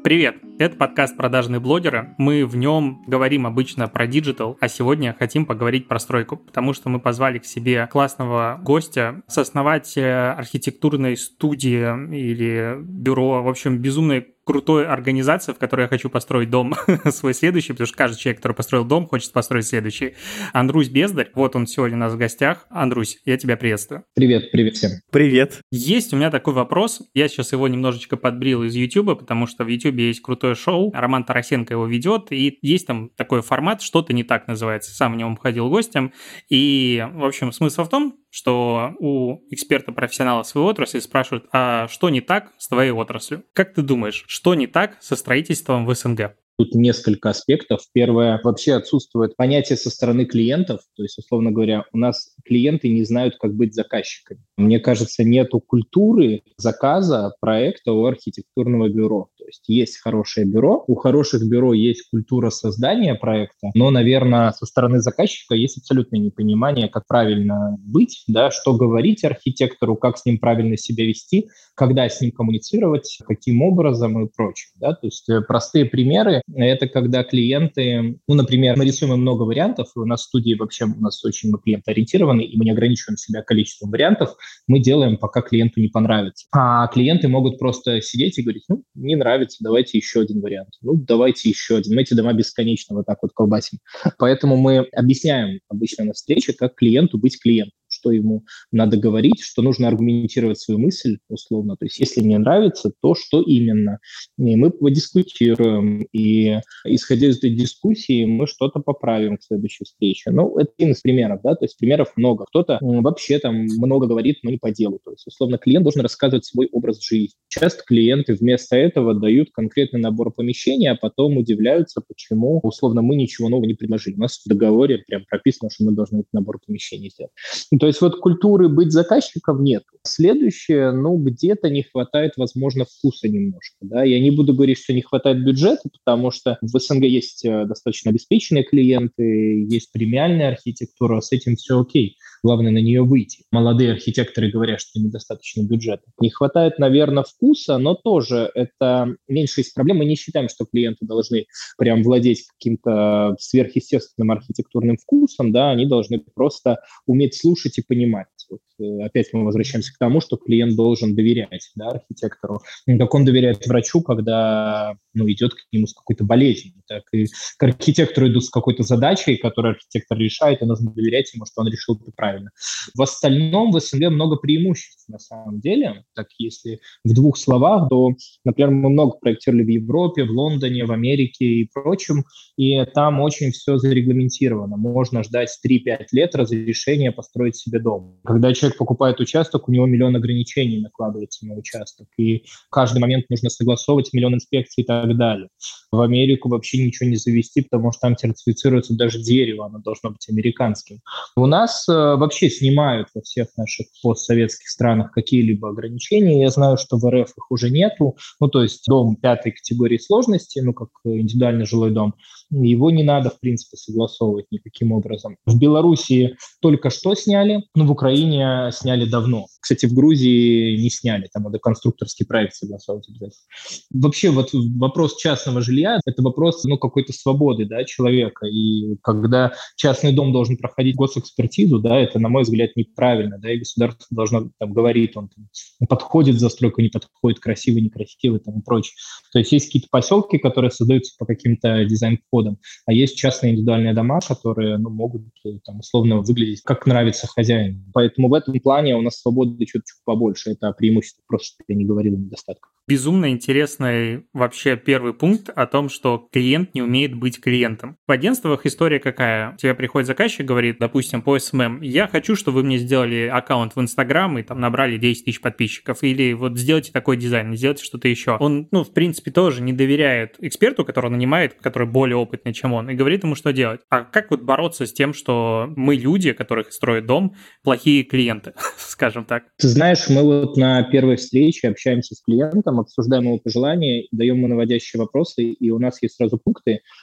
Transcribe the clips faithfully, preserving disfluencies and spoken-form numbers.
Привет! Это подкаст «Продажные блогеры». Мы в нем говорим обычно про диджитал, а сегодня хотим поговорить про стройку, потому что мы позвали к себе классного гостя, сооснователя архитектурной студии или бюро, в общем, безумной крутой организации, в которой я хочу построить дом свой следующий, потому что каждый человек, который построил дом, хочет построить следующий. Андрусь Бездарь, вот он сегодня у нас в гостях. Андрусь, я тебя приветствую. Привет, привет всем. Привет. Есть у меня такой вопрос. Я сейчас его немножечко подбрил из Ютуба, потому что в Ютубе есть крутое шоу. Роман Тарасенко его ведет, и есть там такой формат «Что-то не так» называется. Сам в нем ходил гостем. И, в общем, смысл в том, что у эксперта-профессионала своей отрасли спрашивают, а что не так с твоей отраслью? Как ты думаешь, что не так со строительством в СНГ? Тут несколько аспектов. Первое, вообще отсутствует понятие со стороны клиентов. То есть, условно говоря, у нас клиенты не знают, как быть заказчиками. Мне кажется, нету культуры заказа проекта у архитектурного бюро. То есть есть хорошее бюро, у хороших бюро есть культура создания проекта, но, наверное, со стороны заказчика есть абсолютное непонимание, как правильно быть, да, что говорить архитектору, как с ним правильно себя вести, когда с ним коммуницировать, каким образом и прочее. Да? То есть простые примеры. Это когда клиенты, ну, например, мы рисуем много вариантов, и у нас в студии вообще у нас очень мы клиентоориентированы, и мы не ограничиваем себя количеством вариантов, мы делаем, пока клиенту не понравится. А клиенты могут просто сидеть и говорить, ну, не нравится, давайте еще один вариант, ну, давайте еще один. Мы эти дома бесконечно вот так вот колбасим. Поэтому мы объясняем обычно на встрече, как клиенту быть клиентом, что ему надо говорить, что нужно аргументировать свою мысль, условно. То есть если мне нравится, то что именно? И мы подискутируем, и исходя из этой дискуссии мы что-то поправим к следующей встрече. Ну, это один из примеров, да, то есть примеров много. Кто-то вообще там много говорит, но не по делу. То есть, условно, клиент должен рассказывать свой образ жизни. Часто клиенты вместо этого дают конкретный набор помещений, а потом удивляются, почему, условно, мы ничего нового не предложили. У нас в договоре прям прописано, что мы должны этот набор помещений сделать. То есть вот культуры быть заказчиком нет. Следующее, ну, где-то не хватает, возможно, вкуса немножко. Да? Я не буду говорить, что не хватает бюджета, потому что в СНГ есть достаточно обеспеченные клиенты, есть премиальная архитектура, с этим все окей. Главное на нее выйти. Молодые архитекторы говорят, что недостаточно бюджета. Не хватает, наверное, вкуса, но тоже это меньше из проблем. Мы не считаем, что клиенты должны прям владеть каким-то сверхъестественным архитектурным вкусом, да, они должны просто уметь слушать и понимать. Вот, опять мы возвращаемся к тому, что клиент должен доверять, да, архитектору. Как он доверяет врачу, когда ну, идет к нему с какой-то болезнью. Так и к архитектору идут с какой-то задачей, которую архитектор решает, и нужно доверять ему, что он решил это правильно. В остальном в СНГ много преимуществ на самом деле. Так если в двух словах, то, например, мы много проектировали в Европе, в Лондоне, в Америке и прочем, и там очень все зарегламентировано. Можно ждать три-пять лет разрешения построить себе дом. Когда человек покупает участок, у него миллион ограничений накладывается на участок, и в каждый момент нужно согласовывать миллион инспекций и так далее. В Америку вообще ничего не завести, потому что там сертифицируется даже дерево, оно должно быть американским. У нас э, вообще снимают во всех наших постсоветских странах какие-либо ограничения. Я знаю, что в РФ их уже нету. Ну, то есть дом пятой категории сложности, ну, как индивидуальный жилой дом, его не надо, в принципе, согласовывать никаким образом. В Белоруссии только что сняли, но в Украине сняли давно. Кстати, в Грузии не сняли, там надо конструкторский проект согласовывать обязательно. Вообще вот вопрос частного жилья – это вопрос ну, какой-то свободы да, человека. И когда частный дом должен проходить госэкспертизу, да, это, на мой взгляд, неправильно. Да, и государство должно там, говорить, он там, подходит застройка, не подходит, красивый, некрасивый там, и прочее. То есть есть какие-то поселки, которые создаются по каким-то дизайн-кодам, а есть частные индивидуальные дома, которые ну, могут там, условно выглядеть как нравится хозяину. Поэтому в этом плане у нас свободы чуть-чуть побольше. Это преимущество, просто что я не говорил о недостатках. Безумно интересный вообще первый пункт о том, что клиент не умеет быть клиентом. В агентствах история какая? Тебе приходит заказчик, говорит, допустим, по эс эм эм, я хочу, чтобы вы мне сделали аккаунт в Инстаграм и там набрали десять тысяч подписчиков, или вот сделайте такой дизайн, сделайте что-то еще. Он, ну, в принципе, тоже не доверяет эксперту, которого нанимает, который более опытный, чем он, и говорит ему, что делать. А как вот бороться с тем, что мы люди, которых строят дом, плохие клиенты, скажем так? Ты знаешь, мы вот на первой встрече общаемся с клиентом, обсуждаем его пожелания, даем ему наводящие вопросы, и у нас есть сразу пункты,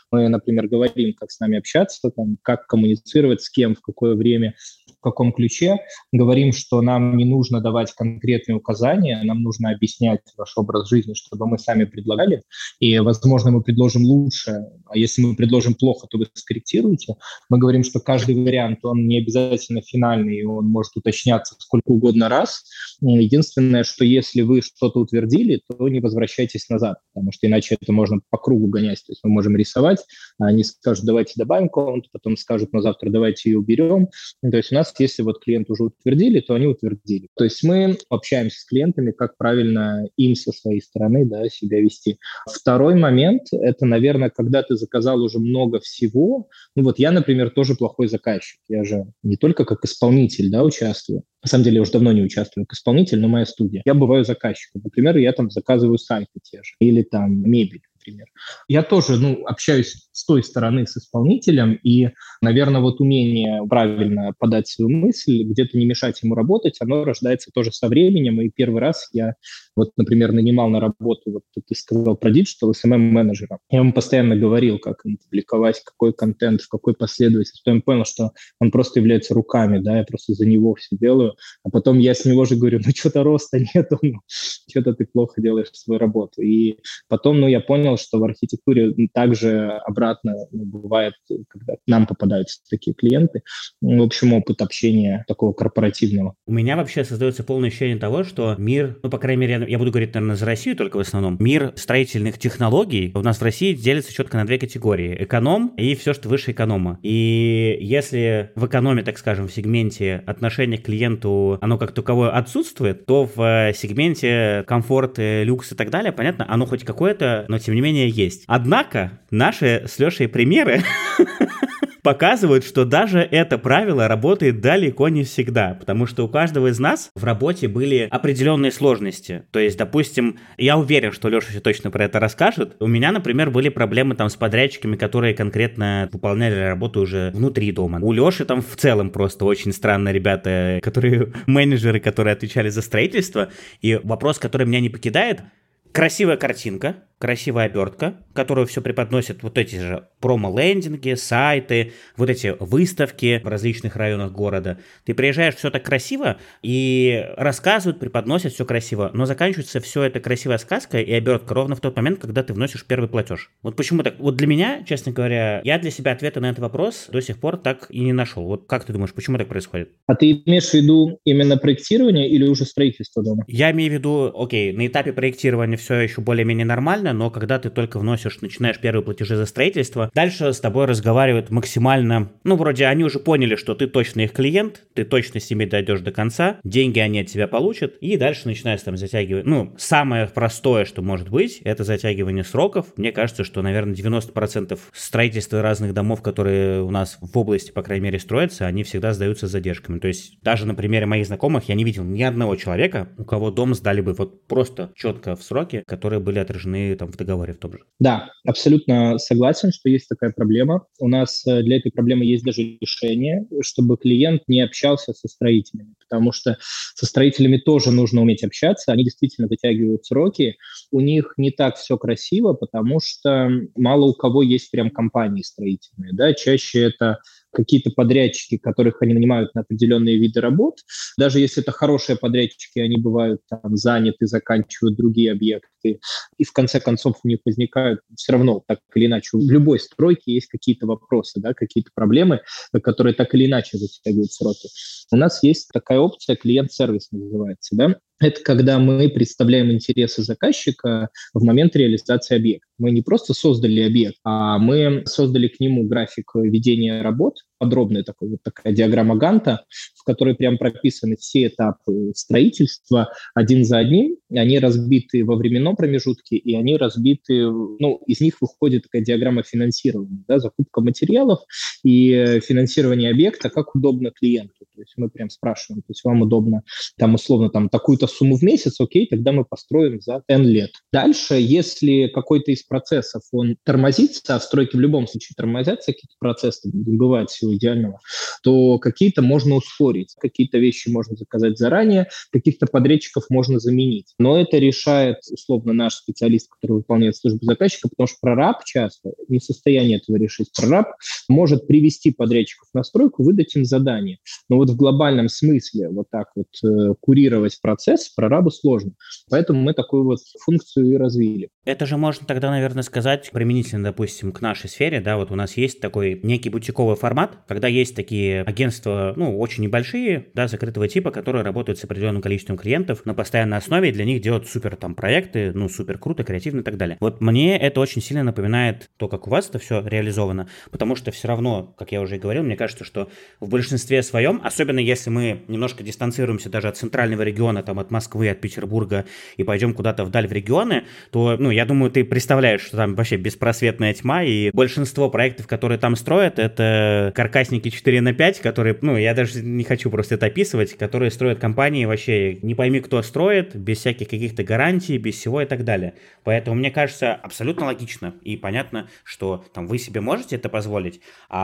Мы, например, говорим, как с нами общаться, там, как коммуницировать, с кем, в какое время, в каком ключе. Говорим, что нам не нужно давать конкретные указания, нам нужно объяснять ваш образ жизни, чтобы мы сами предлагали. И, возможно, мы предложим лучше, а если мы предложим плохо, то вы скорректируете. Мы говорим, что каждый вариант, он не обязательно финальный, он может уточняться сколько угодно раз. Единственное, что если вы что-то утвердили, то не возвращайтесь назад, потому что иначе это можно по кругу гонять. То есть мы можем рисовать, они скажут, давайте добавим комнату, потом скажут, на завтра давайте ее уберем. То есть у нас, если вот клиент уже утвердили, то они утвердили. То есть мы общаемся с клиентами, как правильно им со своей стороны, да, себя вести. Второй момент – это, наверное, когда ты заказал уже много всего. Ну вот я, например, тоже плохой заказчик. Я же не только как исполнитель, да, участвую. На самом деле я уже давно не участвую как исполнитель, но моя студия. Я бываю заказчиком. Например, я там заказываю сайты те же или там мебель. Например. Я тоже ну, общаюсь с той стороны, с исполнителем, и, наверное, вот умение правильно подать свою мысль, где-то не мешать ему работать, оно рождается тоже со временем, и первый раз я, вот, например, нанимал на работу, вот ты сказал про диджитал, эс эм эм-менеджера. Я ему постоянно говорил, как им публиковать, какой контент, в какой последовательности. Потом я понял, что он просто является руками, да, я просто за него все делаю, а потом я с него же говорю, ну, что-то роста нету, ну, что-то ты плохо делаешь свою работу. И потом, ну, я понял, что в архитектуре также обратно ну, бывает, когда к нам попадаются такие клиенты. В общем, опыт общения такого корпоративного. У меня вообще создается полное ощущение того, что мир, ну, по крайней мере, я буду говорить, наверное, за Россию только в основном, мир строительных технологий у нас в России делится четко на две категории. Эконом и все, что выше эконома. И если в экономе, так скажем, в сегменте отношение к клиенту, оно как таковое отсутствует, то в сегменте комфорт, люкс и так далее, понятно, оно хоть какое-то, но тем не менее есть. Однако наши с Лешей примеры показывают, что даже это правило работает далеко не всегда, потому что у каждого из нас в работе были определенные сложности. То есть, допустим, я уверен, что Леша все точно про это расскажет. У меня, например, были проблемы там с подрядчиками, которые конкретно выполняли работу уже внутри дома. У Леши там в целом просто очень странные ребята, которые менеджеры, которые отвечали за строительство. И вопрос, который меня не покидает: красивая картинка, красивая обертка, которую все преподносят вот эти же промо-лендинги, сайты, вот эти выставки в различных районах города. Ты приезжаешь, все так красиво, и рассказывают, преподносят все красиво, но заканчивается все это красивая сказка и обертка ровно в тот момент, когда ты вносишь первый платеж. Вот почему так? Вот для меня, честно говоря, я для себя ответа на этот вопрос до сих пор так и не нашел. Вот как ты думаешь, почему так происходит? А ты имеешь в виду именно проектирование или уже строительство дома? Я имею в виду, окей, на этапе проектирования все еще более-менее нормально, но когда ты только вносишь, начинаешь первые платежи за строительство, дальше с тобой разговаривают максимально, ну, вроде они уже поняли, что ты точно их клиент, ты точно с ними дойдешь до конца, деньги они от тебя получат, и дальше начинается там затягивать. Ну, самое простое, что может быть, это затягивание сроков. Мне кажется, что, наверное, девяносто процентов строительства разных домов, которые у нас в области, по крайней мере, строятся, они всегда сдаются с задержками. То есть даже на примере моих знакомых я не видел ни одного человека, у кого дом сдали бы вот просто четко в сроки, которые были отражены там в договоре в том же. Да, абсолютно согласен, что есть такая проблема. У нас для этой проблемы есть даже решение, чтобы клиент не общался со строителями, потому что со строителями тоже нужно уметь общаться, они действительно затягивают сроки, у них не так все красиво, потому что мало у кого есть прям компании строительные, да, чаще это какие-то подрядчики, которых они нанимают на определенные виды работ. Даже если это хорошие подрядчики, они бывают там заняты, заканчивают другие объекты. И в конце концов у них возникают все равно, так или иначе, в любой стройке есть какие-то вопросы, да, какие-то проблемы, которые так или иначе затягивают сроки. У нас есть такая опция, клиент-сервис называется, да. Это когда мы представляем интересы заказчика в момент реализации объекта. Мы не просто создали объект, а мы создали к нему график ведения работ, подробная такой, вот такая диаграмма Ганта, в которой прям прописаны все этапы строительства один за одним. Они разбиты во временном промежутке, и они разбиты, ну, из них выходит такая диаграмма финансирования, да, закупка материалов и финансирование объекта, как удобно клиенту. То есть мы прям спрашиваем, то есть вам удобно там условно там такую-то сумму в месяц, окей, тогда мы построим за N лет. Дальше, если какой-то из процессов, он тормозится, а в стройке в любом случае тормозятся какие-то процессы, не бывает всего идеального, то какие-то можно ускорить, какие-то вещи можно заказать заранее, каких-то подрядчиков можно заменить. Но это решает условно наш специалист, который выполняет службу заказчика, потому что прораб часто не в состоянии этого решить. Прораб может привести подрядчиков на стройку, выдать им задание. Но вот в глобальном смысле вот так вот э, курировать процесс прорабу сложно. Поэтому мы такую вот функцию и развили. Это же можно тогда, наверное, сказать применительно, допустим, к нашей сфере, да, вот у нас есть такой некий бутиковый формат, когда есть такие агентства, ну, очень небольшие, да, закрытого типа, которые работают с определенным количеством клиентов на постоянной основе, и для них делают супер там проекты, ну, супер круто, креативно и так далее. Вот мне это очень сильно напоминает то, как у вас это все реализовано, потому что все равно, как я уже и говорил, мне кажется, что в большинстве своем, особенно если мы немножко дистанцируемся даже от центрального региона, там, от Москвы, от Петербурга, и пойдем куда-то вдаль в регионы, то, ну, я думаю, ты представляешь, что там вообще беспросветная тьма, и большинство проектов, которые там строят, это каркасники четыре на пять, которые, ну, я даже не хочу просто это описывать, которые строят компании вообще не пойми кто строит, без всяких каких-то гарантий, без всего и так далее. Поэтому, мне кажется, абсолютно логично и понятно, что там вы себе можете это позволить,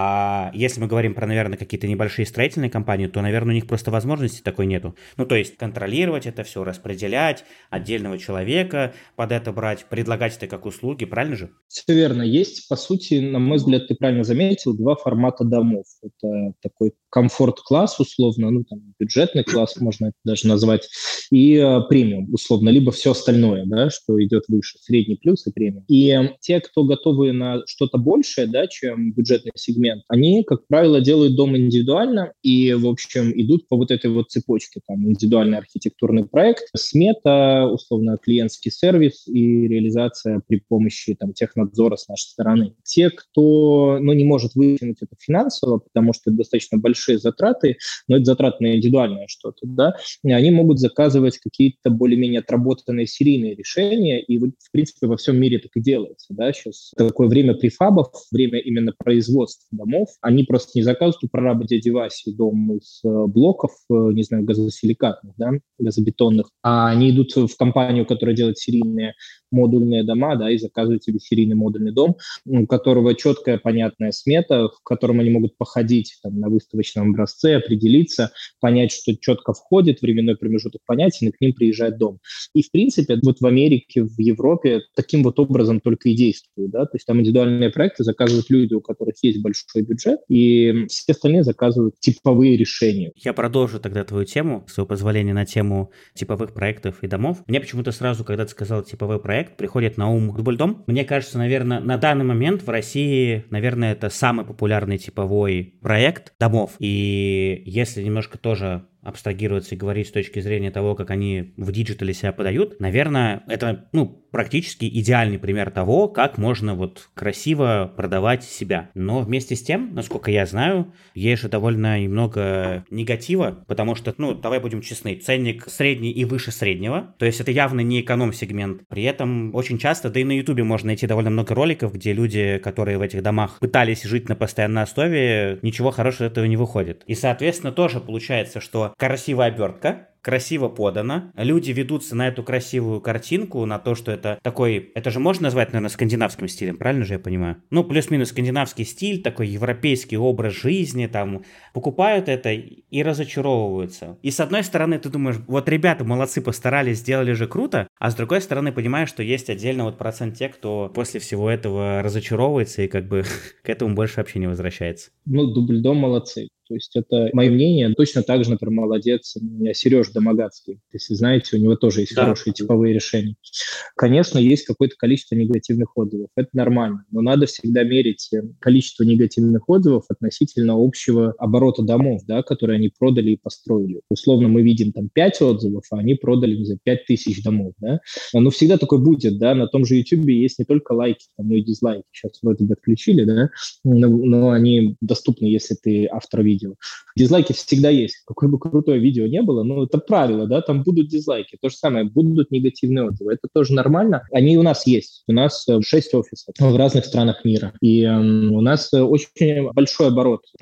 а если мы говорим про, наверное, какие-то небольшие строительные компании, то, наверное, у них просто возможности такой нету. Ну, то есть контролировать это все, распределять, отдельного человека под это брать, предлагать это как услуги, правильно же? Все верно. Есть, по сути, на мой взгляд, ты правильно заметил, два формата домов. Это такой комфорт-класс, условно, ну, там, бюджетный класс, можно это даже назвать, и э, премиум, условно, либо все остальное, да, что идет выше, средний плюс и премиум. И э, те, кто готовы на что-то большее, да, чем бюджетный сегмент, они, как правило, делают дом индивидуально и, в общем, идут по вот этой вот цепочке, там, индивидуальный архитектурный проект, смета, условно, клиентский сервис и реализация при помощи, там, технадзора с нашей стороны. Те, кто, ну, не может вытянуть это финансово, потому что это достаточно большие затраты, но это затраты на индивидуальное что-то, да, они могут заказывать какие-то более-менее отработанные серийные решения, и, в принципе, во всем мире так и делается, да, сейчас такое время префабов, время именно производства домов, они просто не заказывают у прораба дяди Васи дом из блоков, не знаю, газосиликатных, да, газобетонных, а они идут в компанию, которая делает серийные модульные дома, да, и заказывают себе серийный модульный дом, у которого четкая, понятная смета, в котором они могут походить там, на выставочном образце, определиться, понять, что четко входит, временной промежуток понятен, и к ним приезжает дом. И, в принципе, вот в Америке, в Европе таким вот образом только и действует, да, то есть там индивидуальные проекты заказывают люди, у которых есть большой бюджет, и все остальные заказывают типовые решения. Я продолжу тогда твою тему, с твоего позволения, на тему типовых проектов и домов. Мне почему-то сразу, когда ты сказал типовой проект, приходит на ум дубльдом. Мне кажется, наверное, на данный момент в России, наверное, это самый популярный типовой проект домов. И если немножко тоже абстрагироваться и говорить с точки зрения того, как они в диджитале себя подают, наверное, это, ну, практически идеальный пример того, как можно вот красиво продавать себя. Но вместе с тем, насколько я знаю, есть же довольно много негатива, потому что, ну, давай будем честны, ценник средний и выше среднего, то есть это явно не эконом-сегмент. При этом очень часто, да и на Ютубе можно найти довольно много роликов, где люди, которые в этих домах пытались жить на постоянной основе, ничего хорошего от этого не выходит. И, соответственно, тоже получается, что красивая обертка, красиво подано, люди ведутся на эту красивую картинку, на то, что это такой, это же можно назвать, наверное, скандинавским стилем, правильно же я понимаю? Ну, плюс-минус скандинавский стиль, такой европейский образ жизни, там, покупают это и разочаровываются. И с одной стороны ты думаешь, вот ребята молодцы, постарались, сделали же круто, а с другой стороны понимаешь, что есть отдельно вот процент тех, кто после всего этого разочаровывается и как бы к этому больше вообще не возвращается. Ну, дубльдом молодцы. То есть это мое мнение. Точно так же, например, молодец Сережа Домогацкий. Если знаете, у него тоже есть да. хорошие типовые решения. Конечно, есть какое-то количество негативных отзывов. Это нормально. Но надо всегда мерить количество негативных отзывов относительно общего оборота домов, да, которые они продали и построили. Условно мы видим там пять отзывов, а они продали за пять тысяч домов. Да? Но всегда такое будет. Да? На том же YouTube есть не только лайки, там, но и дизлайки. Сейчас вроде бы отключили, да? но, но они доступны, если ты автор видео. Дизлайки всегда есть. Какое бы крутое видео не было, но это правило, да, там будут дизлайки. То же самое, будут негативные отзывы. Это тоже нормально. Они у нас есть. У нас шесть офисов в разных странах мира. И э, у нас очень большой оборот проектов.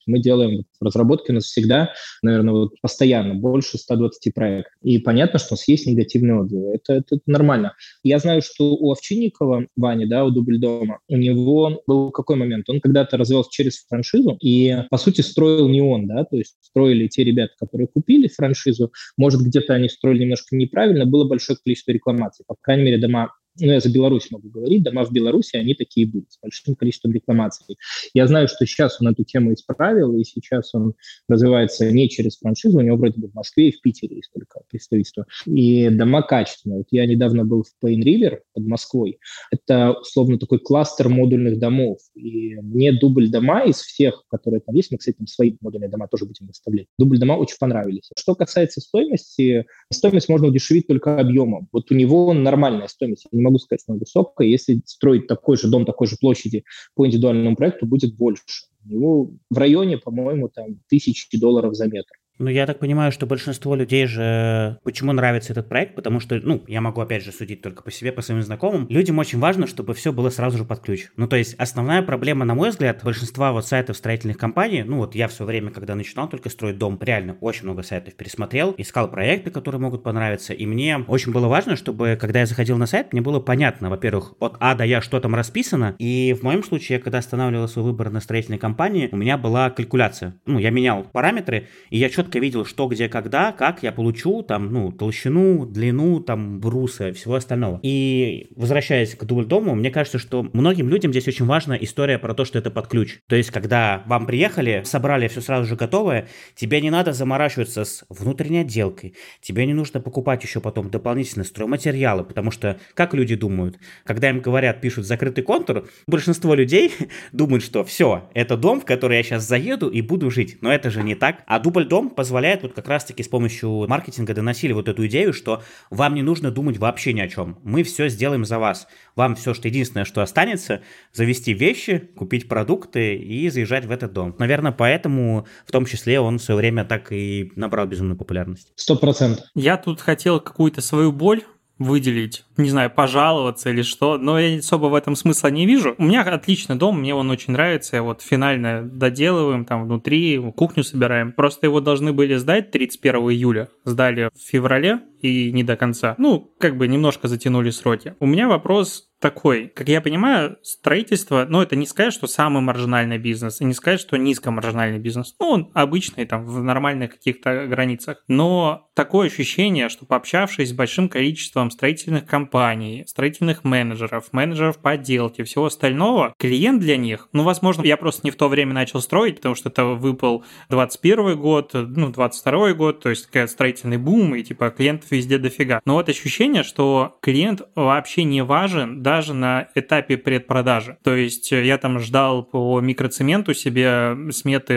Мы делаем в разработке, у нас всегда, наверное, вот постоянно больше ста двадцати проектов. И понятно, что у нас есть негативные отзывы. Это, это нормально. Я знаю, что у Овчинникова, Вани, да, у Дубльдома, у него был какой момент? Он когда-то развивался через франшизу и, по сути, строил не он, да, то есть строили те ребята, которые купили франшизу. Может, где-то они строили немножко неправильно, было большое количество рекламаций. По крайней мере, дома, ну, я за Беларусь могу говорить, дома в Беларуси, они такие были, с большим количеством рекламаций. Я знаю, что сейчас он эту тему исправил, и сейчас он развивается не через франшизу, у него вроде бы в Москве и в Питере есть только представительство. И дома качественные. Вот я недавно был в Plain River под Москвой. Это, условно, такой кластер модульных домов. И мне дубль дома из всех, которые там есть, мы, кстати, там свои модульные дома тоже будем выставлять, дубль дома очень понравились. Что касается стоимости, стоимость можно удешевить только объемом. Вот у него нормальная стоимость. Я не могу сказать, что она высокая. Если строить такой же дом, такой же площади по индивидуальному проекту, будет больше. У него в районе, по-моему, там тысячи долларов за метр. Ну, я так понимаю, что большинство людей же... Почему нравится этот проект? Потому что, ну, я могу, опять же, судить только по себе, по своим знакомым. Людям очень важно, чтобы все было сразу же под ключ. Ну, то есть, основная проблема, на мой взгляд, большинства вот сайтов строительных компаний, ну, вот я в свое время, когда начинал только строить дом, реально очень много сайтов пересмотрел, искал проекты, которые могут понравиться, и мне очень было важно, чтобы, когда я заходил на сайт, мне было понятно, во-первых, от А до Я, что там расписано, и в моем случае, я когда останавливал свой выбор на строительной компании, у меня была калькуляция. Ну, я менял параметры, и я четко видел, что, где, когда, как я получу там, ну, толщину, длину, там, бруса и всего остального. И возвращаясь к дубльдому, мне кажется, что многим людям здесь очень важна история про то, что это под ключ. То есть, когда вам приехали, собрали все сразу же готовое, тебе не надо заморачиваться с внутренней отделкой, тебе не нужно покупать еще потом дополнительно стройматериалы, потому что, как люди думают, когда им говорят, пишут закрытый контур, большинство людей думают, что все, это дом, в который я сейчас заеду и буду жить. Но это же не так. А дубльдом позволяет вот как раз-таки с помощью маркетинга доносили вот эту идею, что вам не нужно думать вообще ни о чем. Мы все сделаем за вас. Вам все, что единственное, что останется, завести вещи, купить продукты и заезжать в этот дом. Наверное, поэтому в том числе он в свое время так и набрал безумную популярность. Сто процентов. Я тут хотел какую-то свою боль выделить, не знаю, пожаловаться или что, но я особо в этом смысла не вижу. У меня отличный дом, мне он очень нравится, вот финально доделываем, там внутри кухню собираем. Просто его должны были сдать тридцать первого июля, сдали в феврале и не до конца. Ну, как бы немножко затянули сроки. У меня вопрос такой, как я понимаю, строительство, ну, это не сказать, что самый маржинальный бизнес, и не сказать, что низкомаржинальный бизнес. Ну, он обычный, там, в нормальных каких-то границах. Но такое ощущение, что пообщавшись с большим количеством строительных компаний, строительных менеджеров, менеджеров по отделке, всего остального, клиент для них, ну, возможно, я просто не в то время начал строить, потому что это выпал двадцать первый год, ну, двадцать второй год, то есть такой строительный бум, и, типа, клиентов везде дофига. Но вот ощущение, что клиент вообще не важен, даже на этапе предпродажи. То есть я там ждал по микроцементу себе сметы,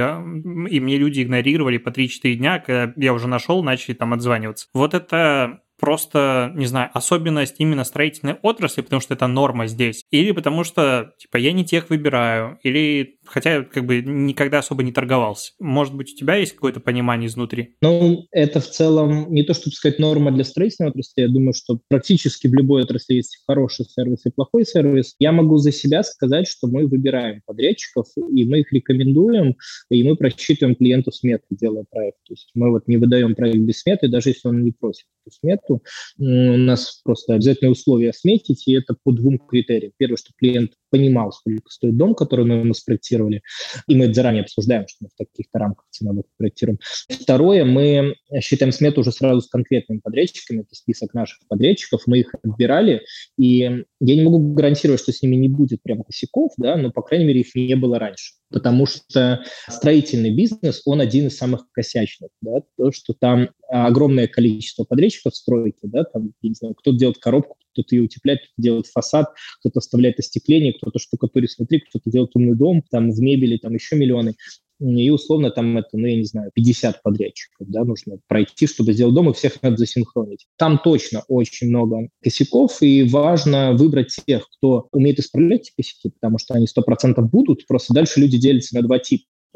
и мне люди игнорировали по три-четыре дня, когда я уже нашел, начали там отзваниваться. Вот это просто, не знаю, особенность именно строительной отрасли, потому что это норма здесь, или потому что, типа, я не тех выбираю, или, хотя, как бы, никогда особо не торговался. Может быть, у тебя есть какое-то понимание изнутри? Ну, это в целом не то, чтобы сказать, норма для строительной отрасли. Я думаю, что практически в любой отрасли есть хороший сервис и плохой сервис. Я могу за себя сказать, что мы выбираем подрядчиков, и мы их рекомендуем, и мы просчитываем клиенту смету, делая проект. То есть мы вот не выдаем проект без сметы, даже если он не просит эту смету. У нас просто обязательное условие сметить, и это по двум критериям. Первое, что клиент понимал, сколько стоит дом, который мы ему спроектировали, и мы это заранее обсуждаем, что мы в таких-то рамках ценовых проектируем. Второе, мы считаем смету уже сразу с конкретными подрядчиками, это список наших подрядчиков, мы их отбирали, и я не могу гарантировать, что с ними не будет прям косяков, да, но, по крайней мере, их не было раньше. Потому что строительный бизнес, он один из самых косячных, да, то, что там огромное количество подрядчиков стройки, да, там, я не знаю, кто-то делает коробку, кто-то ее утепляет, кто-то делает фасад, кто-то оставляет остекление, кто-то штукатурит внутри, кто-то делает умный дом, там в мебели, там еще миллионы. И условно там это, ну, я не знаю, пятьдесят подрядчиков, да, нужно пройти, чтобы сделать дом, и всех надо засинхронить. Там точно очень много косяков, и важно выбрать тех, кто умеет исправлять эти косяки, потому что они сто процентов будут, просто дальше люди делятся на два типа.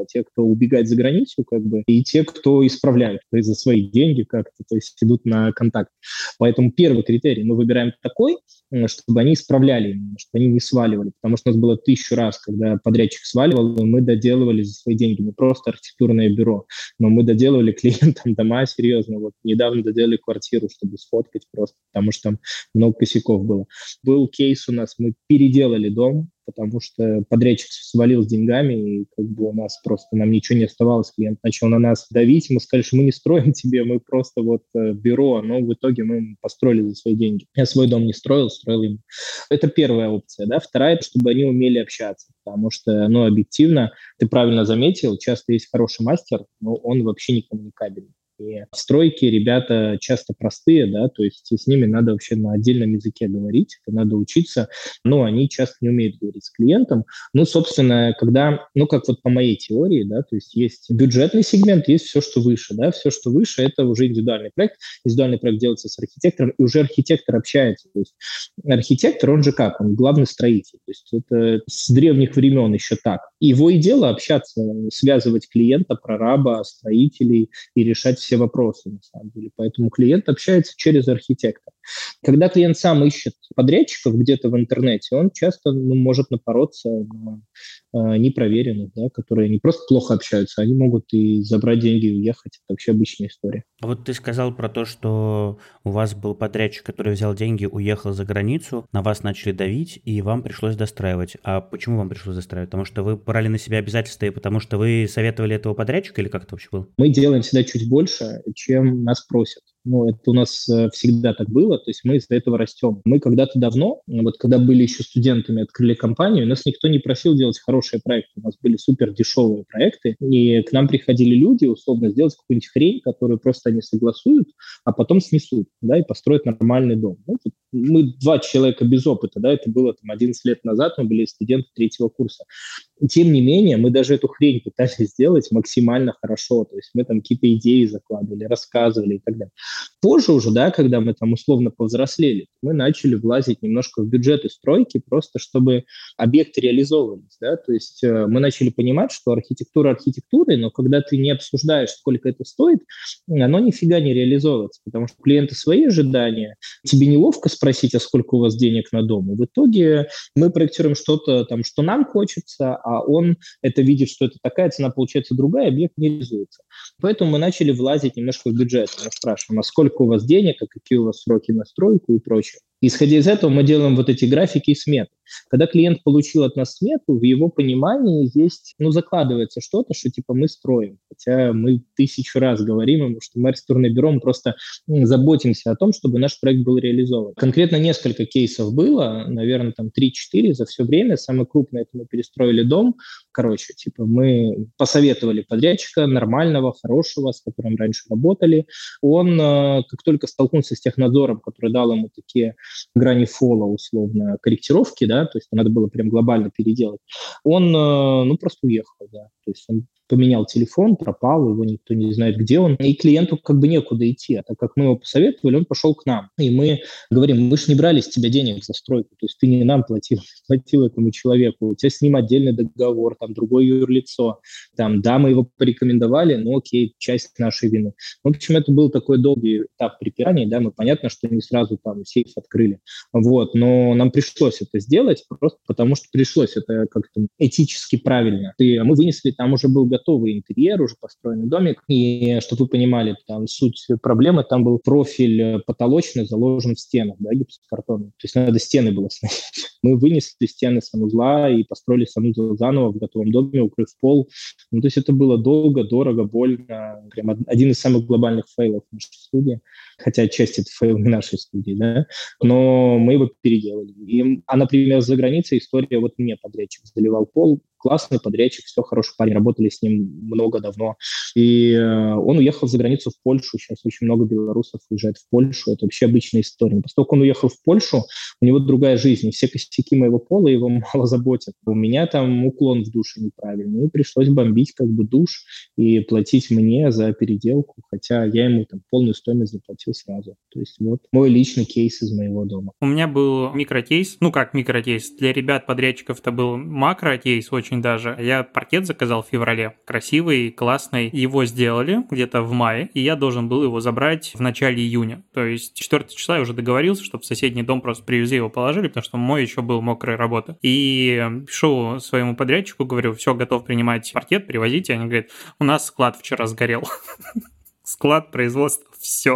плохо. Те, кто убегает за границу, как бы, и те, кто исправляют то есть за свои деньги как-то, то есть идут на контакт. Поэтому первый критерий мы выбираем такой, чтобы они исправляли, чтобы они не сваливали. Потому что у нас было тысячу раз, когда подрядчик сваливал, мы доделывали за свои деньги. Не просто архитектурное бюро, но мы доделывали клиентам дома, серьезно. Вот недавно доделали квартиру, чтобы сфоткать просто, потому что там много косяков было. Был кейс у нас, мы переделали дом, потому что подрядчик свалил с деньгами, и как бы у нас просто, нам ничего не оставалось, клиент начал на нас давить, мы сказали, что мы не строим тебе, мы просто вот бюро, но в итоге мы построили за свои деньги. Я свой дом не строил, строил им. Это первая опция, да. Вторая, чтобы они умели общаться, потому что, ну, объективно, ты правильно заметил, часто есть хороший мастер, но он вообще не коммуникабельный. И в стройке ребята часто простые, да, то есть с ними надо вообще на отдельном языке говорить, это надо учиться, но они часто не умеют говорить с клиентом. Ну, собственно, когда, ну, как вот по моей теории, да, то есть есть бюджетный сегмент, есть все, что выше, да, все, что выше, это уже индивидуальный проект, индивидуальный проект делается с архитектором, и уже архитектор общается, то есть архитектор, он же как, он главный строитель, то есть это с древних времен еще так. Его и дело общаться, связывать клиента, прораба, строителей и решать все вопросы, на самом деле. Поэтому клиент общается через архитектора. Когда клиент сам ищет подрядчиков где-то в интернете, он часто ну, может напороться на э, непроверенных, да, которые не просто плохо общаются, они могут и забрать деньги и уехать. Это вообще обычная история. А вот ты сказал про то, что у вас был подрядчик, который взял деньги, уехал за границу, на вас начали давить, и вам пришлось достраивать. А почему вам пришлось достраивать? Потому что вы брали на себя обязательства, и потому что вы советовали этого подрядчика, или как это вообще было? Мы делаем всегда чуть больше, чем нас просят. Ну, это у нас э, всегда так было, то есть мы из-за этого растем. Мы когда-то давно, вот когда были еще студентами, открыли компанию, нас никто не просил делать хорошие проекты. У нас были супер дешевые проекты, и к нам приходили люди, условно, сделать какую-нибудь хрень, которую просто они согласуют, а потом снесут, да, и построят нормальный дом. Ну, мы два человека без опыта, да, это было там одиннадцать лет назад, мы были студенты третьего курса. Тем не менее, мы даже эту хрень пытались сделать максимально хорошо, то есть мы там какие-то идеи закладывали, рассказывали и так далее. Позже уже, да, когда мы там условно повзрослели, мы начали влазить немножко в бюджеты стройки, просто чтобы объекты реализовывались, да, то есть э, мы начали понимать, что архитектура архитектурой, но когда ты не обсуждаешь, сколько это стоит, оно нифига не реализовывается, потому что у клиента свои ожидания, тебе неловко спросить, а сколько у вас денег на дом, и в итоге мы проектируем что-то там, что нам хочется, а он это видит, что это такая цена, получается другая, объект не реализуется. Поэтому мы начали влазить немножко в бюджет, мы спрашиваем, а сколько у вас денег, а какие у вас сроки на стройку и прочее. Исходя из этого мы делаем вот эти графики и сметы. Когда клиент получил от нас смету, в его понимании есть, ну, закладывается что-то, что типа мы строим. Хотя мы тысячу раз говорим ему, что мы архитектурное бюро, мы просто ну, заботимся о том, чтобы наш проект был реализован. Конкретно несколько кейсов было, наверное, там три-четыре за все время. Самый крупный – это мы перестроили дом. Короче, типа мы посоветовали подрядчика нормального, хорошего, с которым раньше работали. Он, как только столкнулся с технадзором, который дал ему такие грани фола, условно, корректировки, да, то есть надо было прям глобально переделать, он, ну, просто уехал, да, то есть он поменял телефон, пропал, его никто не знает, где он, и клиенту как бы некуда идти, а так как мы его посоветовали, он пошел к нам, и мы говорим, мы же не брали с тебя денег за стройку, то есть ты не нам платил, платил этому человеку, у тебя с ним отдельный договор, там другое юрлицо, там, да, мы его порекомендовали, но окей, часть нашей вины. В общем, это был такой долгий этап припираний, да, мы понятно, что не сразу там сейф открыли, вот, но нам пришлось это сделать, просто потому что пришлось, это как-то этически правильно. И мы вынесли, там уже был готовый интерьер, уже построенный домик, и, чтобы вы понимали, там суть проблемы, там был профиль потолочный заложен в стенах, да, гипсокартоном, то есть надо стены было снять. Мы вынесли стены санузла и построили санузел заново в готовом доме, укрыв пол. Ну, то есть это было долго, дорого, больно, прям один из самых глобальных фейлов в нашей студии, хотя отчасти это фейл не нашей студии, да, но мы его переделали. И, а, например, за границей история, вот мне подрядчик заливал пол, классный подрядчик, все, хороший парень, работали с ним много, давно. И э, он уехал за границу в Польшу, сейчас очень много белорусов уезжает в Польшу, это вообще обычная история. Поскольку он уехал в Польшу, у него другая жизнь, и все косяки моего пола его мало заботят. У меня там уклон в душе неправильный, и пришлось бомбить как бы душ и платить мне за переделку, хотя я ему там полную стоимость заплатил сразу. То есть вот мой личный кейс из моего дома. У меня был микрокейс, ну как микрокейс, для ребят-подрядчиков это был макрокейс, очень очень даже. Я паркет заказал в феврале, красивый, классный. Его сделали где-то в мае, и я должен был его забрать в начале июня. То есть четвёртого числа я уже договорился, чтобы в соседний дом просто привезли его, положили, потому что мой еще был мокрой работы. И пишу своему подрядчику, говорю, все, готов принимать паркет, привозите. Они говорят, у нас склад вчера сгорел. Склад, производства, все.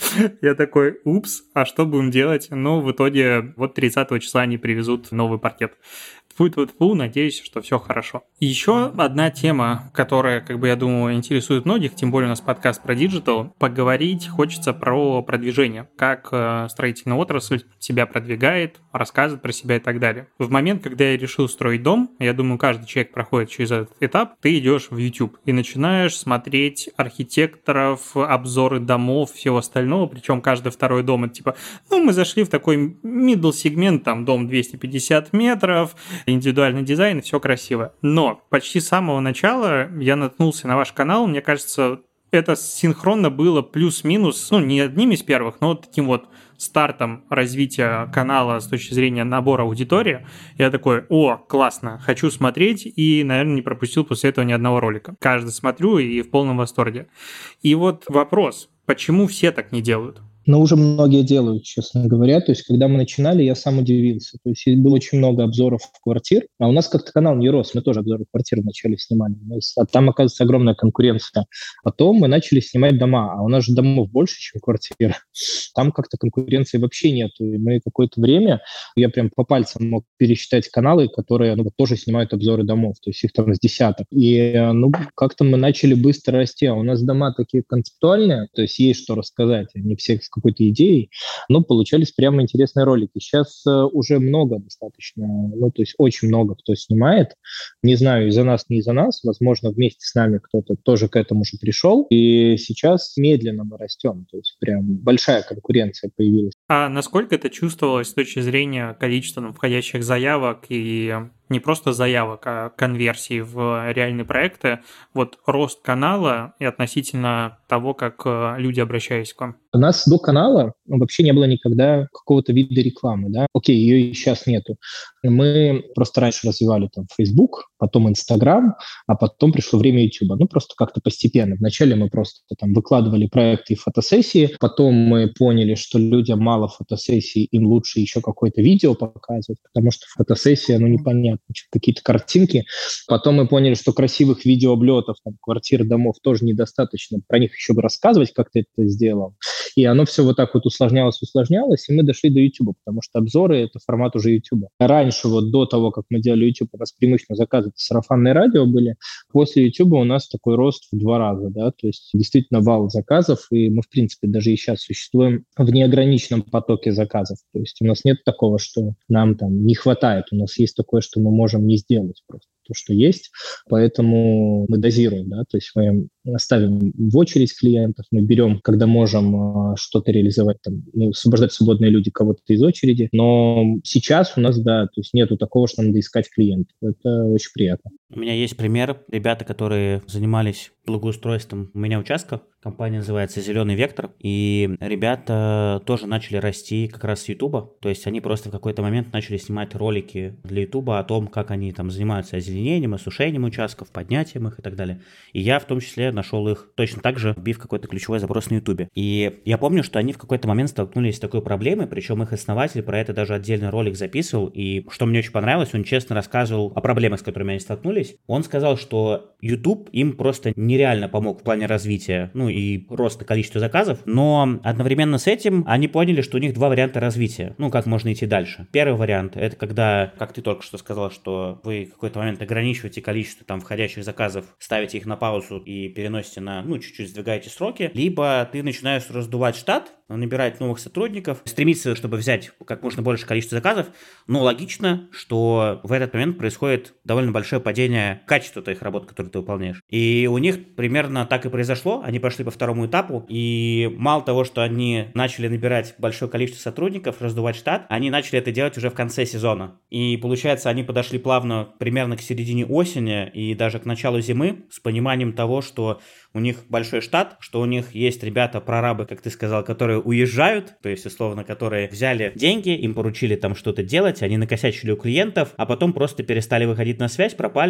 Я такой, упс, а что будем делать? Ну, в итоге вот тридцатого числа они привезут новый паркет. Тьфу-тьфу-тьфу, надеюсь, что все хорошо. Еще одна тема, которая, как бы, я думаю, интересует многих, тем более у нас подкаст про диджитал, поговорить хочется про продвижение, как э, строительная отрасль себя продвигает, рассказывает про себя и так далее. В момент, когда я решил строить дом, я думаю, каждый человек проходит через этот этап, ты идешь в YouTube и начинаешь смотреть архитекторов, обзоры домов, всего остального, причем каждый второй дом, это типа, ну, мы зашли в такой middle сегмент, там, дом двести пятьдесят метров, индивидуальный дизайн, все красиво. Но почти с самого начала я наткнулся на ваш канал, мне кажется, это синхронно было плюс-минус, ну, не одним из первых, но вот таким вот стартом развития канала с точки зрения набора аудитории. Я такой, о, классно, хочу смотреть, и, наверное, не пропустил после этого ни одного ролика. Каждый смотрю и в полном восторге. И вот вопрос, почему все так не делают? Но уже многие делают, честно говоря. То есть, когда мы начинали, я сам удивился. То есть, было очень много обзоров квартир, а у нас как-то канал не рос. Мы тоже обзоры квартир вначале снимали. А там, оказывается, огромная конкуренция. Потом мы начали снимать дома, а у нас же домов больше, чем квартир. Там как-то конкуренции вообще нету. И мы какое-то время, я прям по пальцам мог пересчитать каналы, которые ну, тоже снимают обзоры домов. То есть, их там с десяток. И ну, как-то мы начали быстро расти. А у нас дома такие концептуальные, то есть, есть что рассказать. Они все какой-то идеей, но получались прямо интересные ролики. Сейчас э, уже много достаточно, ну, то есть очень много кто снимает. Не знаю, из-за нас, не из-за нас. Возможно, вместе с нами кто-то тоже к этому же пришел. И сейчас медленно мы растем. То есть прям большая конкуренция появилась. А насколько это чувствовалось с точки зрения количества входящих заявок и не просто заявок, а конверсий в реальные проекты, вот рост канала и относительно того, как люди обращались к вам? У нас до канала вообще не было никогда какого-то вида рекламы, да. Окей, ее и сейчас нету. Мы просто раньше развивали там Facebook, потом Instagram, а потом пришло время YouTube. Ну, просто как-то постепенно. Вначале мы просто там выкладывали проекты и фотосессии, потом мы поняли, что людям мало фотосессий, им лучше еще какое-то видео показывать, потому что фотосессия, ну, непонятно, какие-то картинки. Потом мы поняли, что красивых видеооблетов, там, квартир, домов тоже недостаточно. Про них еще бы рассказывать, как ты это сделал. И оно все вот так вот усложнялось, усложнялось, и мы дошли до YouTube, потому что обзоры — это формат уже YouTube. Раньше, вот до того, как мы делали YouTube, у нас преимущественно заказы сарафанные радио были. После YouTube у нас такой рост в два раза, да, то есть действительно вал заказов, и мы, в принципе, даже и сейчас существуем в неограниченном потоке заказов. То есть у нас нет такого, что нам там не хватает, у нас есть такое, что мы можем не сделать просто то, что есть, поэтому мы дозируем, да, то есть мы ставим в очередь клиентов, мы берем, когда можем что-то реализовать, там, ну, освобождать свободные люди кого-то из очереди, но сейчас у нас, да, то есть нету такого, что надо искать клиентов, это очень приятно. У меня есть пример, ребята, которые занимались благоустройством у меня участка, компания называется «Зеленый вектор», и ребята тоже начали расти как раз с Ютуба, то есть они просто в какой-то момент начали снимать ролики для Ютуба о том, как они там занимаются озеленением, осушением участков, поднятием их и так далее. И я в том числе нашел их точно так же, вбив какой-то ключевой запрос на Ютубе. И я помню, что они в какой-то момент столкнулись с такой проблемой, причем их основатель про это даже отдельный ролик записывал, и что мне очень понравилось, он честно рассказывал о проблемах, с которыми они столкнулись. Он сказал, что YouTube им просто нереально помог в плане развития, ну и роста количества заказов, но одновременно с этим они поняли, что у них два варианта развития, ну как можно идти дальше. Первый вариант — это когда, как ты только что сказал, что вы в какой-то момент ограничиваете количество там входящих заказов, ставите их на паузу и переносите на, ну чуть-чуть сдвигаете сроки, либо ты начинаешь раздувать штат, набирать новых сотрудников, стремиться, чтобы взять как можно больше количества заказов, но логично, что в этот момент происходит довольно большое падение качества твоих работ, которые ты выполняешь. И у них примерно так и произошло, они пошли по второму этапу, и мало того, что они начали набирать большое количество сотрудников, раздувать штат, они начали это делать уже в конце сезона. И получается, они подошли плавно примерно к середине осени и даже к началу зимы с пониманием того, что у них большой штат, что у них есть ребята-прорабы, как ты сказал, которые уезжают, то есть, условно, которые взяли деньги, им поручили там что-то делать, они накосячили у клиентов, а потом просто перестали выходить на связь, пропали,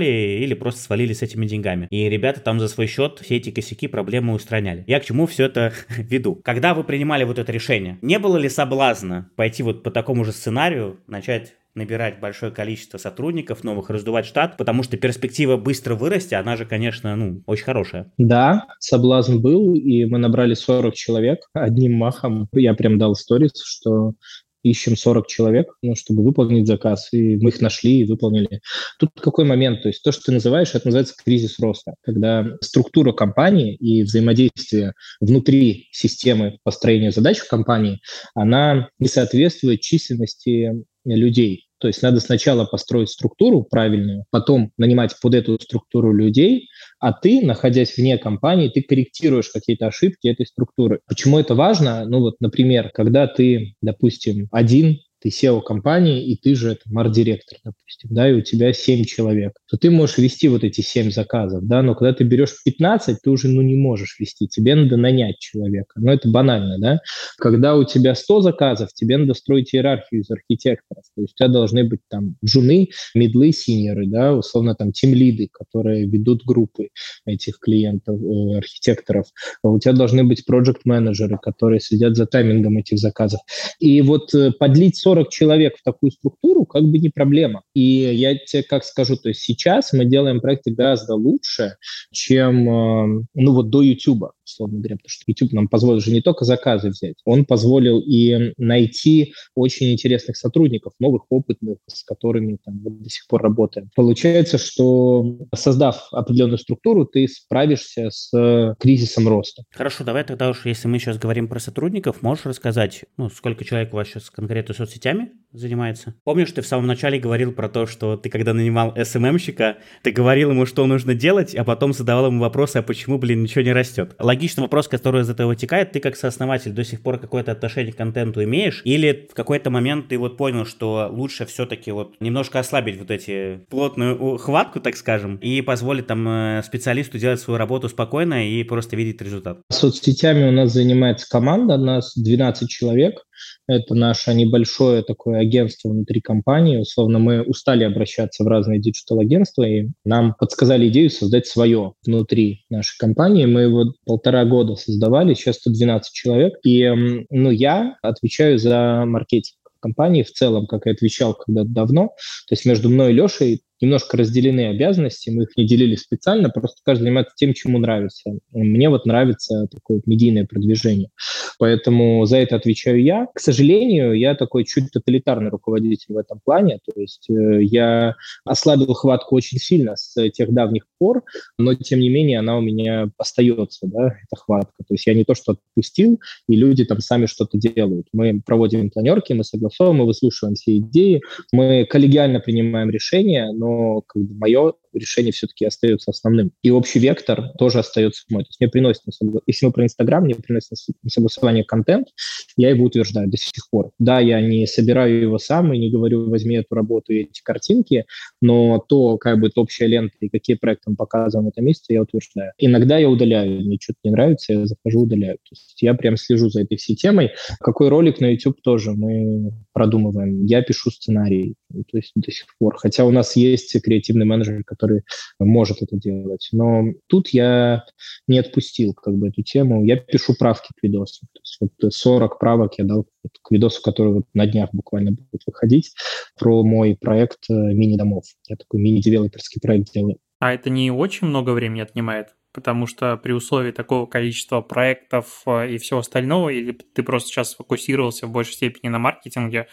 принимали или просто свалили с этими деньгами. И ребята там за свой счет все эти косяки, проблемы устраняли. Я к чему все это веду? Когда вы принимали вот это решение, не было ли соблазна пойти вот по такому же сценарию, начать набирать большое количество сотрудников новых, раздувать штат, потому что перспектива быстро вырасти, она же, конечно, ну, очень хорошая. Да, соблазн был, и мы набрали сорок человек одним махом. Я прям дал сторис, что ищем сорок человек, ну, чтобы выполнить заказ, и мы их нашли и выполнили. Тут какой момент? То есть то, что ты называешь, это называется кризис роста, когда структура компании и взаимодействие внутри системы построения задач в компании, она не соответствует численности людей. То есть надо сначала построить структуру правильную, потом нанимать под эту структуру людей, а ты, находясь вне компании, ты корректируешь какие-то ошибки этой структуры. Почему это важно? Ну вот, например, когда ты, допустим, один, ты сео компании, и ты же там арт-директор, допустим, да, и у тебя семь человек, то ты можешь вести вот эти семь заказов, да, но когда ты берешь пятнадцать, ты уже, ну, не можешь вести, тебе надо нанять человека. Ну, это банально, да. Когда у тебя сто заказов, тебе надо строить иерархию из архитекторов, то есть у тебя должны быть там джуны, мидлы, синьоры, да, условно там тимлиды, которые ведут группы этих клиентов, э, архитекторов. У тебя должны быть проект-менеджеры, которые следят за таймингом этих заказов. И вот э, подлить сорок человек в такую структуру как бы не проблема. И я тебе как скажу, то есть сейчас мы делаем проекты гораздо лучше, чем, э, ну вот до YouTube, условно говоря, потому что YouTube нам позволил же не только заказы взять, он позволил и найти очень интересных сотрудников, новых, опытных, с которыми там, вот до сих пор работаем. Получается, что создав определенную структуру, ты справишься с кризисом роста. Хорошо, давай тогда уж, если мы сейчас говорим про сотрудников, можешь рассказать, ну, сколько человек у вас сейчас конкретно соцсетями занимается? Помнишь, ты в самом начале говорил про то, что ты, когда нанимал эс эм эм-щика, ты говорил ему, что нужно делать, а потом задавал ему вопросы, а почему, блин, ничего не растет. Логичный вопрос, который из этого вытекает, ты как сооснователь до сих пор какое-то отношение к контенту имеешь, или в какой-то момент ты вот понял, что лучше все-таки вот немножко ослабить вот эти плотную хватку, так скажем, и позволить там специалисту делать свою работу спокойно и просто видеть результат? Соцсетями у нас занимается команда, у нас двенадцать человек. Это наше небольшое такое агентство внутри компании. Условно, мы устали обращаться в разные диджитал-агентства, и нам подсказали идею создать свое внутри нашей компании. Мы его полтора года создавали, сейчас сто двенадцать человек. И ну, я отвечаю за маркетинг компании в целом, как и отвечал когда-то давно. То есть между мной и Лешей немножко разделены обязанности, мы их не делили специально, просто каждый занимается тем, чему нравится. Мне вот нравится такое медийное продвижение. Поэтому за это отвечаю я. К сожалению, я такой чуть тоталитарный руководитель в этом плане, то есть э, я ослабил хватку очень сильно с тех давних пор, но тем не менее она у меня остается, да, эта хватка. То есть я не то, что отпустил, и люди там сами что-то делают. Мы проводим планерки, мы согласовываем, мы выслушиваем все идеи, мы коллегиально принимаем решения, но как бы, мое решение все-таки остается основным. И общий вектор тоже остается мой. То есть мне приносит, если мы про Инстаграм, мне приносит на согласование контент, я его утверждаю до сих пор. Да, я не собираю его сам и не говорю, возьми эту работу и эти картинки, но то, какая будет общая лента и какие проекты мы показываем в этом месте, я утверждаю. Иногда я удаляю, мне что-то не нравится, я захожу, удаляю. То есть я прям слежу за этой всей темой. Какой ролик на YouTube тоже мы продумываем. Я пишу сценарий, то есть до сих пор. Хотя у нас есть креативный менеджер, который может это делать. Но тут я не отпустил как бы эту тему. Я пишу правки к видосу. То есть вот сорок правок я дал к видосу, который вот на днях буквально будет выходить, про мой проект мини-домов. Я такой мини-девелоперский проект делаю. А это не очень много времени отнимает? Потому что при условии такого количества проектов и всего остального, или ты просто сейчас сфокусировался в большей степени на маркетинге,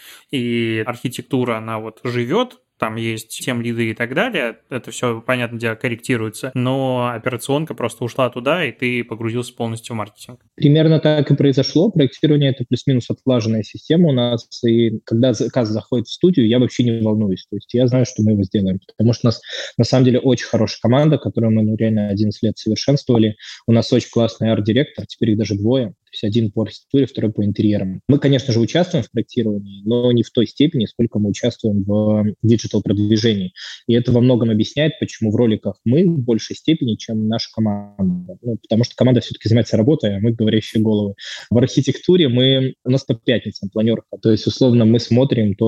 и архитектура, она вот живет, там есть тем-лиды и так далее, это все, понятное дело, корректируется, но операционка просто ушла туда, и ты погрузился полностью в маркетинг. Примерно так и произошло. Проектирование – это плюс-минус отлаженная система у нас, и когда заказ заходит в студию, я вообще не волнуюсь, то есть я знаю, что мы его сделаем, потому что у нас на самом деле очень хорошая команда, которую мы ну, реально одиннадцать лет совершенствовали, у нас очень классный арт-директор, теперь их даже двое. То есть один по архитектуре, второй по интерьерам. Мы, конечно же, участвуем в проектировании, но не в той степени, сколько мы участвуем в диджитал-продвижении. И это во многом объясняет, почему в роликах мы в большей степени, чем наша команда. Ну, потому что команда все-таки занимается работой, а мы говорящие головы. В архитектуре мы, у нас по пятницам планерка. То есть, условно, мы смотрим тот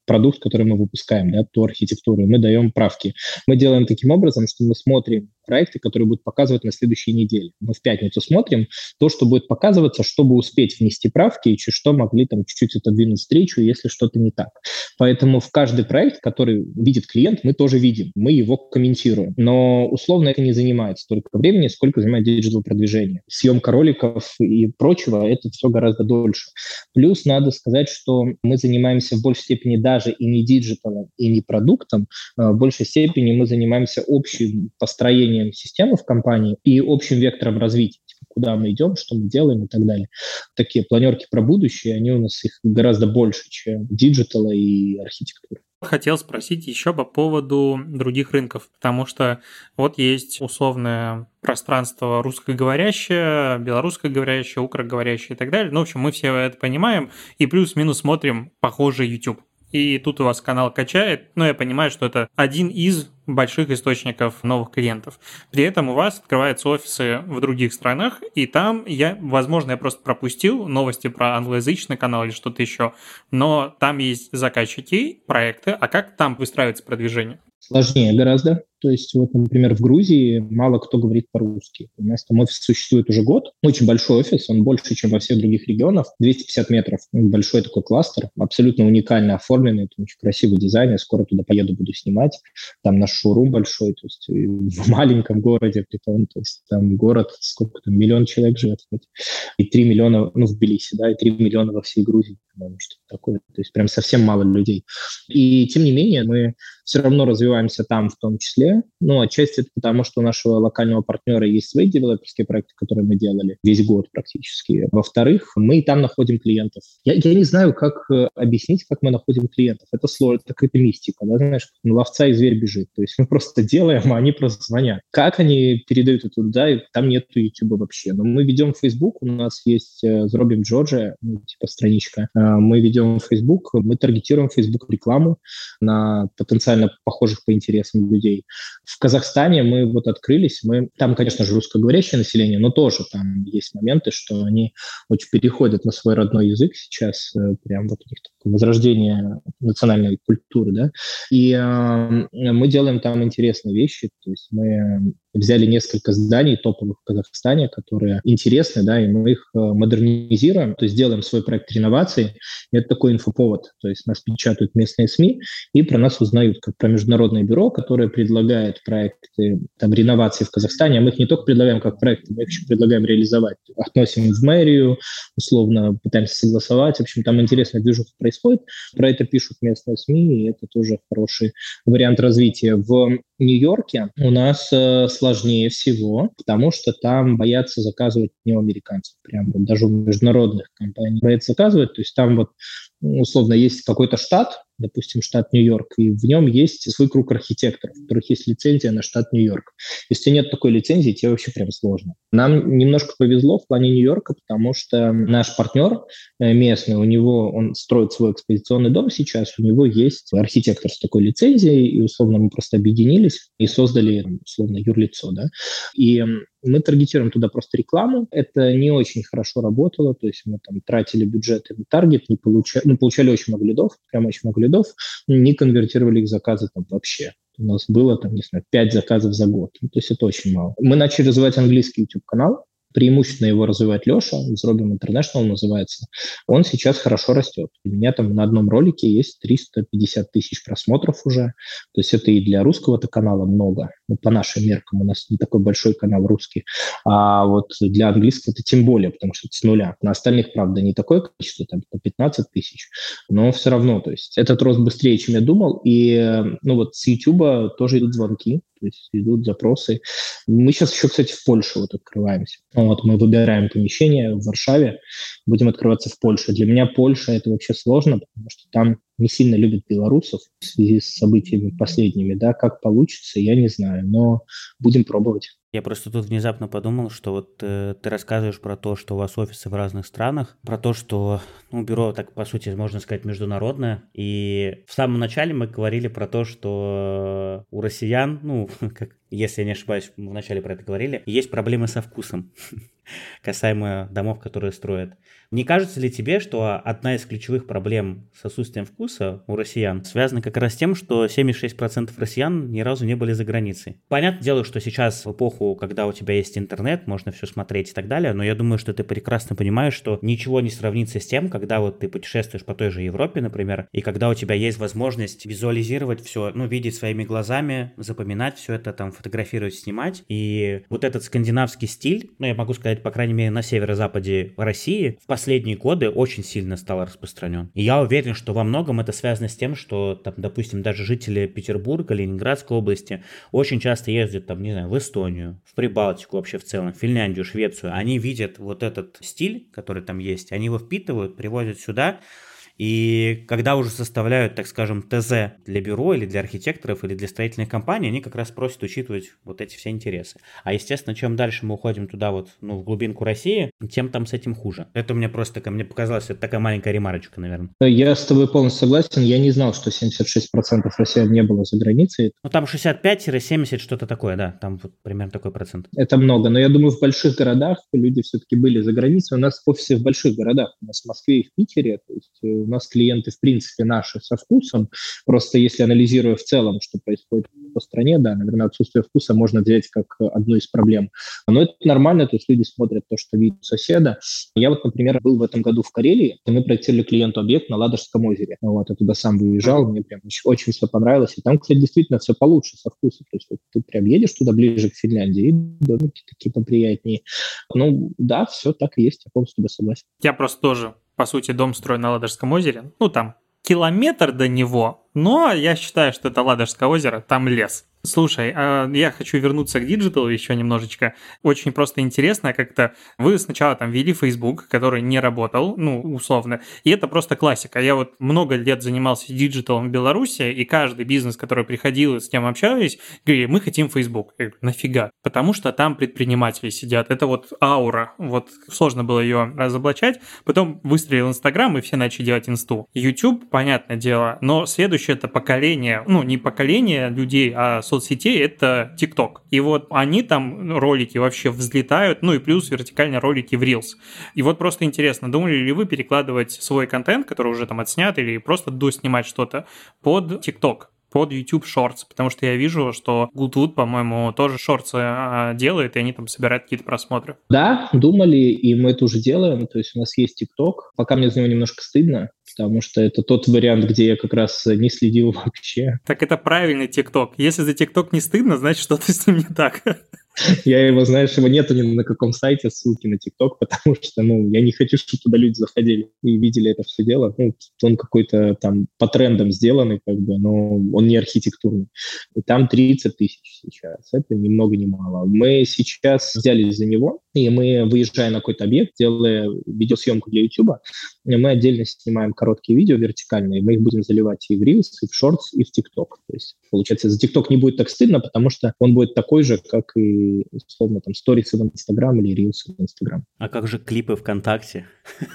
продукт, который мы выпускаем, да, ту архитектуру, мы даем правки. Мы делаем таким образом, что мы смотрим проекты, которые будут показывать на следующей неделе. Мы в пятницу смотрим то, что будет показываться, чтобы успеть внести правки и чуть что могли там чуть-чуть отодвинуть встречу, если что-то не так. Поэтому в каждый проект, который видит клиент, мы тоже видим, мы его комментируем. Но условно это не занимает столько времени, сколько занимает диджитал-продвижение. Съемка роликов и прочего, это все гораздо дольше. Плюс надо сказать, что мы занимаемся в большей степени даже и не диджиталом, и не продуктом, в большей степени мы занимаемся общим построением системы в компании и общим вектором развития, типа, куда мы идем, что мы делаем и так далее. Такие планерки про будущее, они у нас их гораздо больше, чем диджитала и архитектуры. Хотел спросить еще по поводу других рынков, потому что вот есть условное пространство русскоговорящее, белорусскоговорящее, украговорящее и так далее. Ну, в общем, мы все это понимаем и плюс-минус смотрим похожий YouTube. И тут у вас канал качает, но я понимаю, что это один из больших источников новых клиентов. При этом у вас открываются офисы в других странах, и там я, возможно, я просто пропустил новости про англоязычный канал или что-то еще, но там есть заказчики, проекты, а как там выстраивается продвижение? Сложнее гораздо. То есть, вот, например, в Грузии мало кто говорит по-русски. У нас там офис существует уже год. Очень большой офис, он больше, чем во всех других регионах. двести пятьдесят метров. Большой такой кластер, абсолютно уникально оформленный. Это очень красивый дизайн. Я скоро туда поеду, буду снимать. Там наш шоурум большой, то есть в маленьком городе, притом, то есть там город, сколько там, миллион человек живет. И три миллиона, ну, в Тбилиси, да, и три миллиона во всей Грузии, по-моему, что-то такое. То есть прям совсем мало людей. И тем не менее мы все равно развиваемся там в том числе. Ну, отчасти это потому, что у нашего локального партнера есть свои девелоперские проекты, которые мы делали весь год практически. Во-вторых, мы и там находим клиентов. Я, я не знаю, как объяснить, как мы находим клиентов. Это сложно, это какая-то мистика, да, знаешь, на ловца и зверь бежит. То есть мы просто делаем, а они просто звонят. Как они передают это туда, и там нету YouTube вообще. Но мы ведем Facebook, у нас есть «Зробим Джорджия», ну, типа страничка. Мы ведем Facebook, мы таргетируем Facebook рекламу на потенциально похожих по интересам людей. В Казахстане мы вот открылись, мы, там, конечно же, русскоговорящее население, но тоже там есть моменты, что они очень переходят на свой родной язык сейчас, прям вот у них такое возрождение национальной культуры, да, и э, мы делаем там интересные вещи, то есть мы взяли несколько зданий топовых в Казахстане, которые интересны, да, и мы их модернизируем, то есть делаем свой проект реновации. И это такой инфоповод, то есть нас печатают местные СМИ и про нас узнают как про международное бюро, которое предлагает проекты там, реновации в Казахстане, а мы их не только предлагаем как проекты, мы их еще предлагаем реализовать. Относим в мэрию, условно пытаемся согласовать. В общем, там интересная движуха происходит. Про это пишут местные СМИ, и это тоже хороший вариант развития. В Нью-Йорке у нас э, сложнее всего, потому что там боятся заказывать не у американцев, прям вот даже у международных компаний боятся заказывать, то есть там вот условно есть какой-то штат, допустим, штат Нью-Йорк, и в нем есть свой круг архитекторов, у которых есть лицензия на штат Нью-Йорк. Если нет такой лицензии, тебе вообще прям сложно. Нам немножко повезло в плане Нью-Йорка, потому что наш партнер местный, у него, он строит свой экспозиционный дом сейчас, у него есть архитектор с такой лицензией, и условно мы просто объединились и создали, условно, юрлицо, да, и мы таргетируем туда просто рекламу. Это не очень хорошо работало, то есть мы там тратили бюджеты на таргет, не получали, ну, получали очень много лидов, прям очень много лидов, не конвертировали их в заказы там вообще. У нас было там, не знаю, пять заказов за год, ну, то есть это очень мало. Мы начали развивать английский YouTube-канал, преимущественно его развивает Леша, «Зробим International» называется. Он сейчас хорошо растет. У меня там на одном ролике есть триста пятьдесят тысяч просмотров уже. То есть это и для русского-то канала много. Ну, по нашим меркам у нас не такой большой канал русский. А вот для английского это тем более, потому что это с нуля. На остальных, правда, не такое количество, там по пятнадцать тысяч. Но все равно, то есть этот рост быстрее, чем я думал. И ну вот с YouTube тоже идут звонки. То есть идут запросы. Мы сейчас еще, кстати, в Польше вот открываемся. Вот мы выбираем помещение в Варшаве, будем открываться в Польше. Для меня Польша – это вообще сложно, потому что там не сильно любят белорусов в связи с событиями последними. Да, как получится, я не знаю, но будем пробовать. Я просто тут внезапно подумал, что вот э, ты рассказываешь про то, что у вас офисы в разных странах, про то, что ну, бюро, так по сути, можно сказать, международное. И в самом начале мы говорили про то, что у россиян, ну, как если я не ошибаюсь, мы вначале про это говорили, есть проблемы со вкусом, касаемо домов, которые строят. Не кажется ли тебе, что одна из ключевых проблем с отсутствием вкуса у россиян связана как раз с тем, что семьдесят шесть процентов россиян ни разу не были за границей? Понятное дело, что сейчас в эпоху, когда у тебя есть интернет, можно все смотреть и так далее, но я думаю, что ты прекрасно понимаешь, что ничего не сравнится с тем, когда вот ты путешествуешь по той же Европе, например, и когда у тебя есть возможность визуализировать все, ну, видеть своими глазами, запоминать все это, там, фотографировать, снимать. И вот этот скандинавский стиль, ну, я могу сказать, по крайней мере, на северо-западе России, в последние годы очень сильно стал распространен. И я уверен, что во многом это связано с тем, что, там, допустим, даже жители Петербурга, Ленинградской области очень часто ездят, там, не знаю, в Эстонию, в Прибалтику вообще в целом, в Финляндию, Швецию. Они видят вот этот стиль, который там есть, они его впитывают, привозят сюда. И когда уже составляют, так скажем, ТЗ для бюро или для архитекторов или для строительных компаний, они как раз просят учитывать вот эти все интересы. А, естественно, чем дальше мы уходим туда вот, ну, в глубинку России, тем там с этим хуже. Это мне просто, мне показалось, это такая маленькая ремарочка, наверное. Я с тобой полностью согласен. Я не знал, что семьдесят шесть процентов россиян не было за границей. Ну, там шестьдесят пять семьдесят, что-то такое, да, там вот примерно такой процент. Это много, но я думаю, в больших городах люди все-таки были за границей. У нас офисы в больших городах, у нас в Москве и в Питере, то есть у нас клиенты, в принципе, наши со вкусом. Просто если анализируя в целом, что происходит по стране, да, наверное, отсутствие вкуса можно взять как одну из проблем. Но это нормально, то есть люди смотрят то, что видят соседа. Я вот, например, был в этом году в Карелии, и мы проектировали клиенту объект на Ладожском озере. Вот, я туда сам выезжал, мне прям очень, очень все понравилось. И там, кстати, действительно все получше со вкусом. То есть вот ты прям едешь туда ближе к Финляндии, и домики такие поприятнее. Ну, да, все так и есть, я полностью с тобой согласен. Я просто тоже, по сути, дом строю на Ладожском озере. Ну, там километр до него, но я считаю, что это Ладожское озеро, там лес. Слушай, я хочу вернуться к диджиталу еще немножечко. Очень просто интересно, как-то вы сначала там ввели Facebook, который не работал, ну, условно, и это просто классика. Я вот много лет занимался диджиталом в Беларуси, и каждый бизнес, который приходил и с кем общались, говорили, мы хотим Facebook. Я говорю, нафига? Потому что там предприниматели сидят. Это вот аура. Вот сложно было ее разоблачать. Потом выстрелил Инстаграм, и все начали делать инсту. YouTube, понятное дело, но следующее это поколение, ну, не поколение людей, а соцсетей, это TikTok. И вот они там, ролики вообще взлетают, ну и плюс вертикальные ролики в Reels. И вот просто интересно, думали ли вы перекладывать свой контент, который уже там отснят, или просто доснимать что-то под TikTok? Под YouTube Shorts, потому что я вижу, что Goodwood, по-моему, тоже шортсы делает, и они там собирают какие-то просмотры. Да, думали, и мы это уже делаем. То есть у нас есть TikTok. Пока мне за него немножко стыдно, потому что это тот вариант, где я как раз не следил вообще. Так это правильный TikTok. Если за TikTok не стыдно, значит, что-то с ним не так. Я его, знаешь, его нету ни на каком сайте, ссылки на TikTok, потому что, ну, я не хочу, чтобы туда люди заходили и видели это все дело. Ну, он какой-то там по трендам сделанный, как бы, но он не архитектурный. И там тридцать тысяч сейчас. Это ни много ни мало. Мы сейчас взялись за него, и мы, выезжая на какой-то объект, делая видеосъемку для YouTube, мы отдельно снимаем короткие видео вертикальные, мы их будем заливать и в Reels, и в Shorts, и в TikTok. То есть, получается, за TikTok не будет так стыдно, потому что он будет такой же, как и условно, там, сторисы в Инстаграм или рилсы в Инстаграм. А как же клипы ВКонтакте?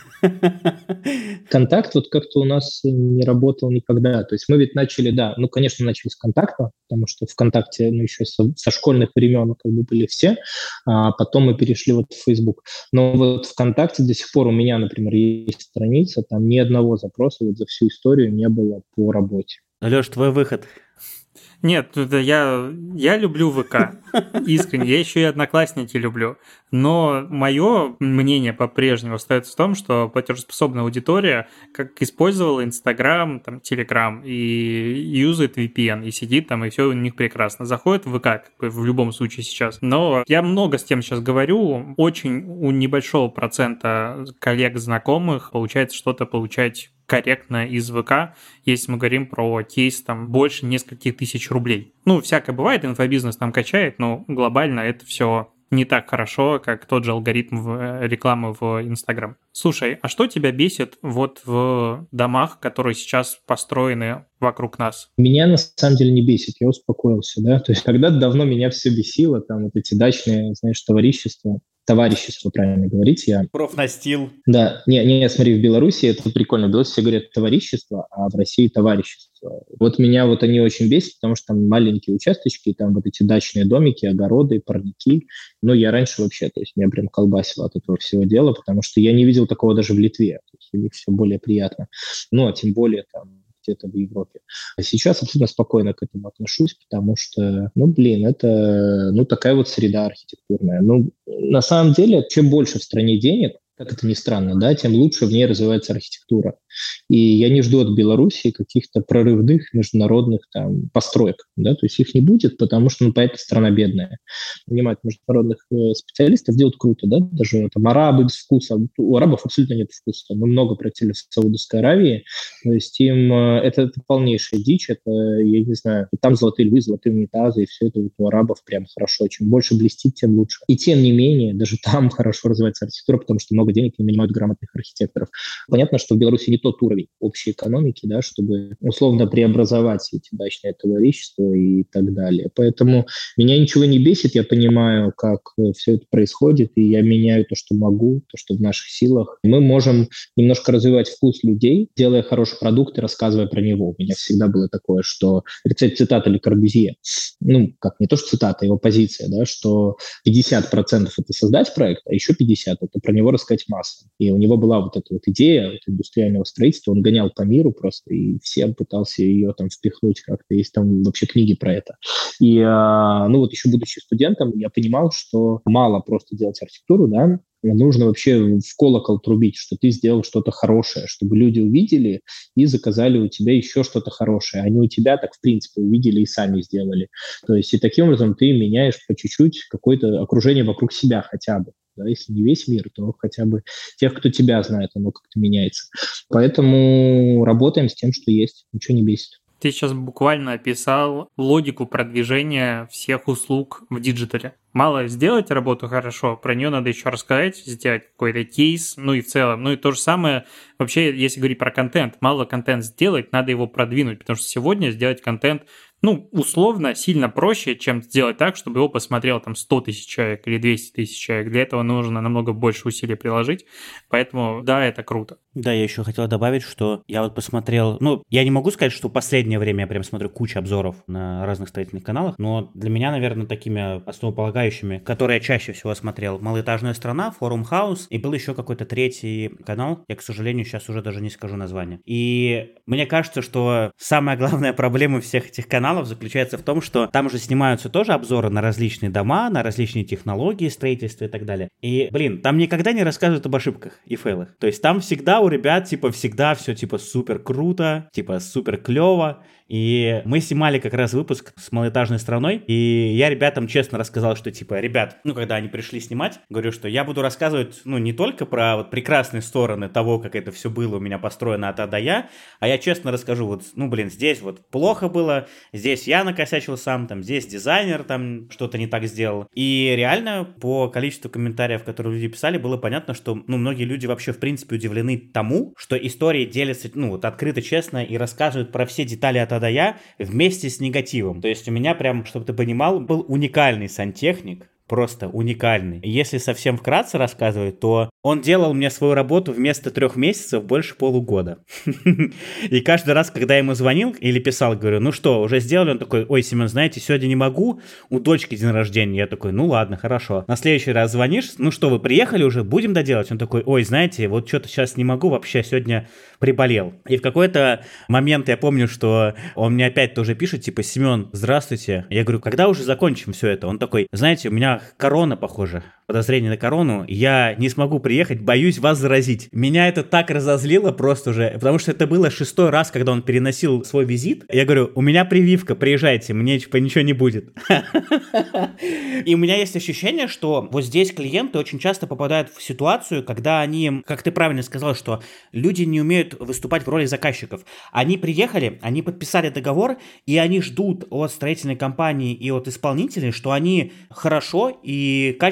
Контакт вот как-то у нас не работал никогда. То есть мы ведь начали, да, ну, конечно, начали с Контакта, потому что ВКонтакте, ну, еще со, со школьных времен как бы были все, а потом мы перешли вот в Facebook. Но вот ВКонтакте до сих пор у меня, например, есть страница, там ни одного запроса вот за всю историю не было по работе. Леш, твой выход. Нет, я, я люблю ВК, искренне, я еще и Одноклассники люблю, но мое мнение по-прежнему остается в том, что платежеспособная аудитория как использовала Инстаграм, там, Телеграм и юзает ви пи эн, и сидит там, и все у них прекрасно. Заходит в ВК как бы, в любом случае сейчас. Но я много с тем сейчас говорю, очень у небольшого процента коллег, знакомых получается что-то получать корректно из ВК, если мы говорим про кейс там больше нескольких тысяч рублей. Ну, всякое бывает, инфобизнес там качает, но глобально это все не так хорошо, как тот же алгоритм рекламы в Инстаграм. Слушай, а что тебя бесит вот в домах, которые сейчас построены вокруг нас? Меня на самом деле не бесит, я успокоился, да, то есть когда-то давно меня все бесило, там вот эти дачные, знаешь, товарищества, товарищество, правильно говорить. Я... Профнастил. Да, не, не, смотри, в Беларуси это прикольно. В Беларуси все говорят товарищество, а в России товарищество. Вот меня вот они очень бесят, потому что там маленькие участочки, там вот эти дачные домики, огороды, парники. Ну, я раньше вообще, то есть меня прям колбасило от этого всего дела, потому что я не видел такого даже в Литве. То есть у них все более приятно. Ну, а тем более там где-то в Европе. А сейчас абсолютно спокойно к этому отношусь, потому что, ну, блин, это, ну, такая вот среда архитектурная. Ну, на самом деле, чем больше в стране денег, как это ни странно, да, тем лучше в ней развивается архитектура. И я не жду от Беларуси каких-то прорывных международных там построек, да, то есть их не будет, потому что, ну, по этой страна бедная. Нанимать международных э, специалистов делают круто, да, даже там арабы без вкуса, у арабов абсолютно нет вкуса. Мы много прилетели в Саудовской Аравии, то есть им э, это, это полнейшая дичь, это, я не знаю, там золотые львы, золотые унитазы, и все это вот у арабов прям хорошо. Чем больше блестит, тем лучше. И тем не менее, даже там хорошо развивается архитектура, потому что много денег и нанимают грамотных архитекторов. Понятно, что в Беларуси не тот уровень общей экономики, да, чтобы условно преобразовать эти дачные товарищества и так далее. Поэтому меня ничего не бесит, я понимаю, как все это происходит, и я меняю то, что могу, то, что в наших силах. Мы можем немножко развивать вкус людей, делая хороший продукт и рассказывая про него. У меня всегда было такое, что... Это, кстати, цитата Ле Корбюзье. Ну, как не то, что цитата, его позиция, да, что пятьдесят процентов это создать проект, а еще пятьдесят процентов это про него рассказать массам. И у него была вот эта вот идея вот, индустриального строительства, он гонял по миру просто, и всем пытался ее там впихнуть как-то. Есть там вообще книги про это. И, ну вот еще будучи студентом, я понимал, что мало просто делать архитектуру, да, нужно вообще в колокол трубить, что ты сделал что-то хорошее, чтобы люди увидели и заказали у тебя еще что-то хорошее. Они у тебя так, в принципе, увидели и сами сделали. То есть и таким образом ты меняешь по чуть-чуть какое-то окружение вокруг себя хотя бы. Да, если не весь мир, то хотя бы тех, кто тебя знает, оно как-то меняется. Поэтому работаем с тем, что есть, ничего не бесит. Ты сейчас буквально описал логику продвижения всех услуг в диджитале. Мало сделать работу хорошо, про нее надо еще рассказать, сделать какой-то кейс, ну и в целом. Ну и то же самое, вообще, если говорить про контент, мало контент сделать, надо его продвинуть, потому что сегодня сделать контент, ну, условно, сильно проще, чем сделать так, чтобы его посмотрел там сто тысяч человек или двести тысяч человек. Для этого нужно намного больше усилий приложить, поэтому, да, это круто. Да, я еще хотел добавить, что я вот посмотрел, ну, я не могу сказать, что в последнее время я прям смотрю кучу обзоров на разных строительных каналах, но для меня, наверное, такими основополагающими, которые я чаще всего смотрел, «Малоэтажная страна», «Форум Хаус», и был еще какой-то третий канал, я, к сожалению, сейчас уже даже не скажу название. И мне кажется, что самая главная проблема всех этих каналов заключается в том, что там уже снимаются тоже обзоры на различные дома, на различные технологии строительства и так далее. И, блин, там никогда не рассказывают об ошибках и фейлах. То есть там всегда у ребят, типа, всегда все, типа, супер круто, типа, супер клево. И мы снимали как раз выпуск с «Малоэтажной страной», и я ребятам честно рассказал, что, типа, ребят, ну, когда они пришли снимать, говорю, что я буду рассказывать, ну, не только про вот прекрасные стороны того, как это все было у меня построено от А до Я, а я честно расскажу, вот, ну, блин, здесь вот плохо было, здесь я накосячил сам, там, здесь дизайнер там что-то не так сделал. И реально по количеству комментариев, которые люди писали, было понятно, что, ну, многие люди вообще, в принципе, удивлены тому, что истории делятся, ну, вот открыто, честно и рассказывают про все детали от А до Я вместе с негативом. То есть у меня прям, чтобы ты понимал, был уникальный сантехник, просто уникальный. Если совсем вкратце рассказывать, то он делал мне свою работу вместо трех месяцев больше полугода. И каждый раз, когда я ему звонил или писал, говорю, ну что, уже сделали? Он такой, ой, Семен, знаете, сегодня не могу, у дочки день рождения. Я такой, ну ладно, хорошо. На следующий раз звонишь, ну что, вы приехали уже, будем доделать? Он такой, ой, знаете, вот что-то сейчас не могу, вообще сегодня приболел. И в какой-то момент я помню, что он мне опять тоже пишет, типа, Семен, здравствуйте. Я говорю, когда уже закончим все это? Он такой, знаете, у меня корона, похоже, подозрение на корону, я не смогу приехать, боюсь вас заразить. Меня это так разозлило просто уже, потому что это было шестой раз, когда он переносил свой визит. Я говорю, у меня прививка, приезжайте, мне типа ничего не будет. И у меня есть ощущение, что вот здесь клиенты очень часто попадают в ситуацию, когда они, как ты правильно сказал, что люди не умеют выступать в роли заказчиков. Они приехали, они подписали договор, и они ждут от строительной компании и от исполнителей, что они хорошо и качественно выполнят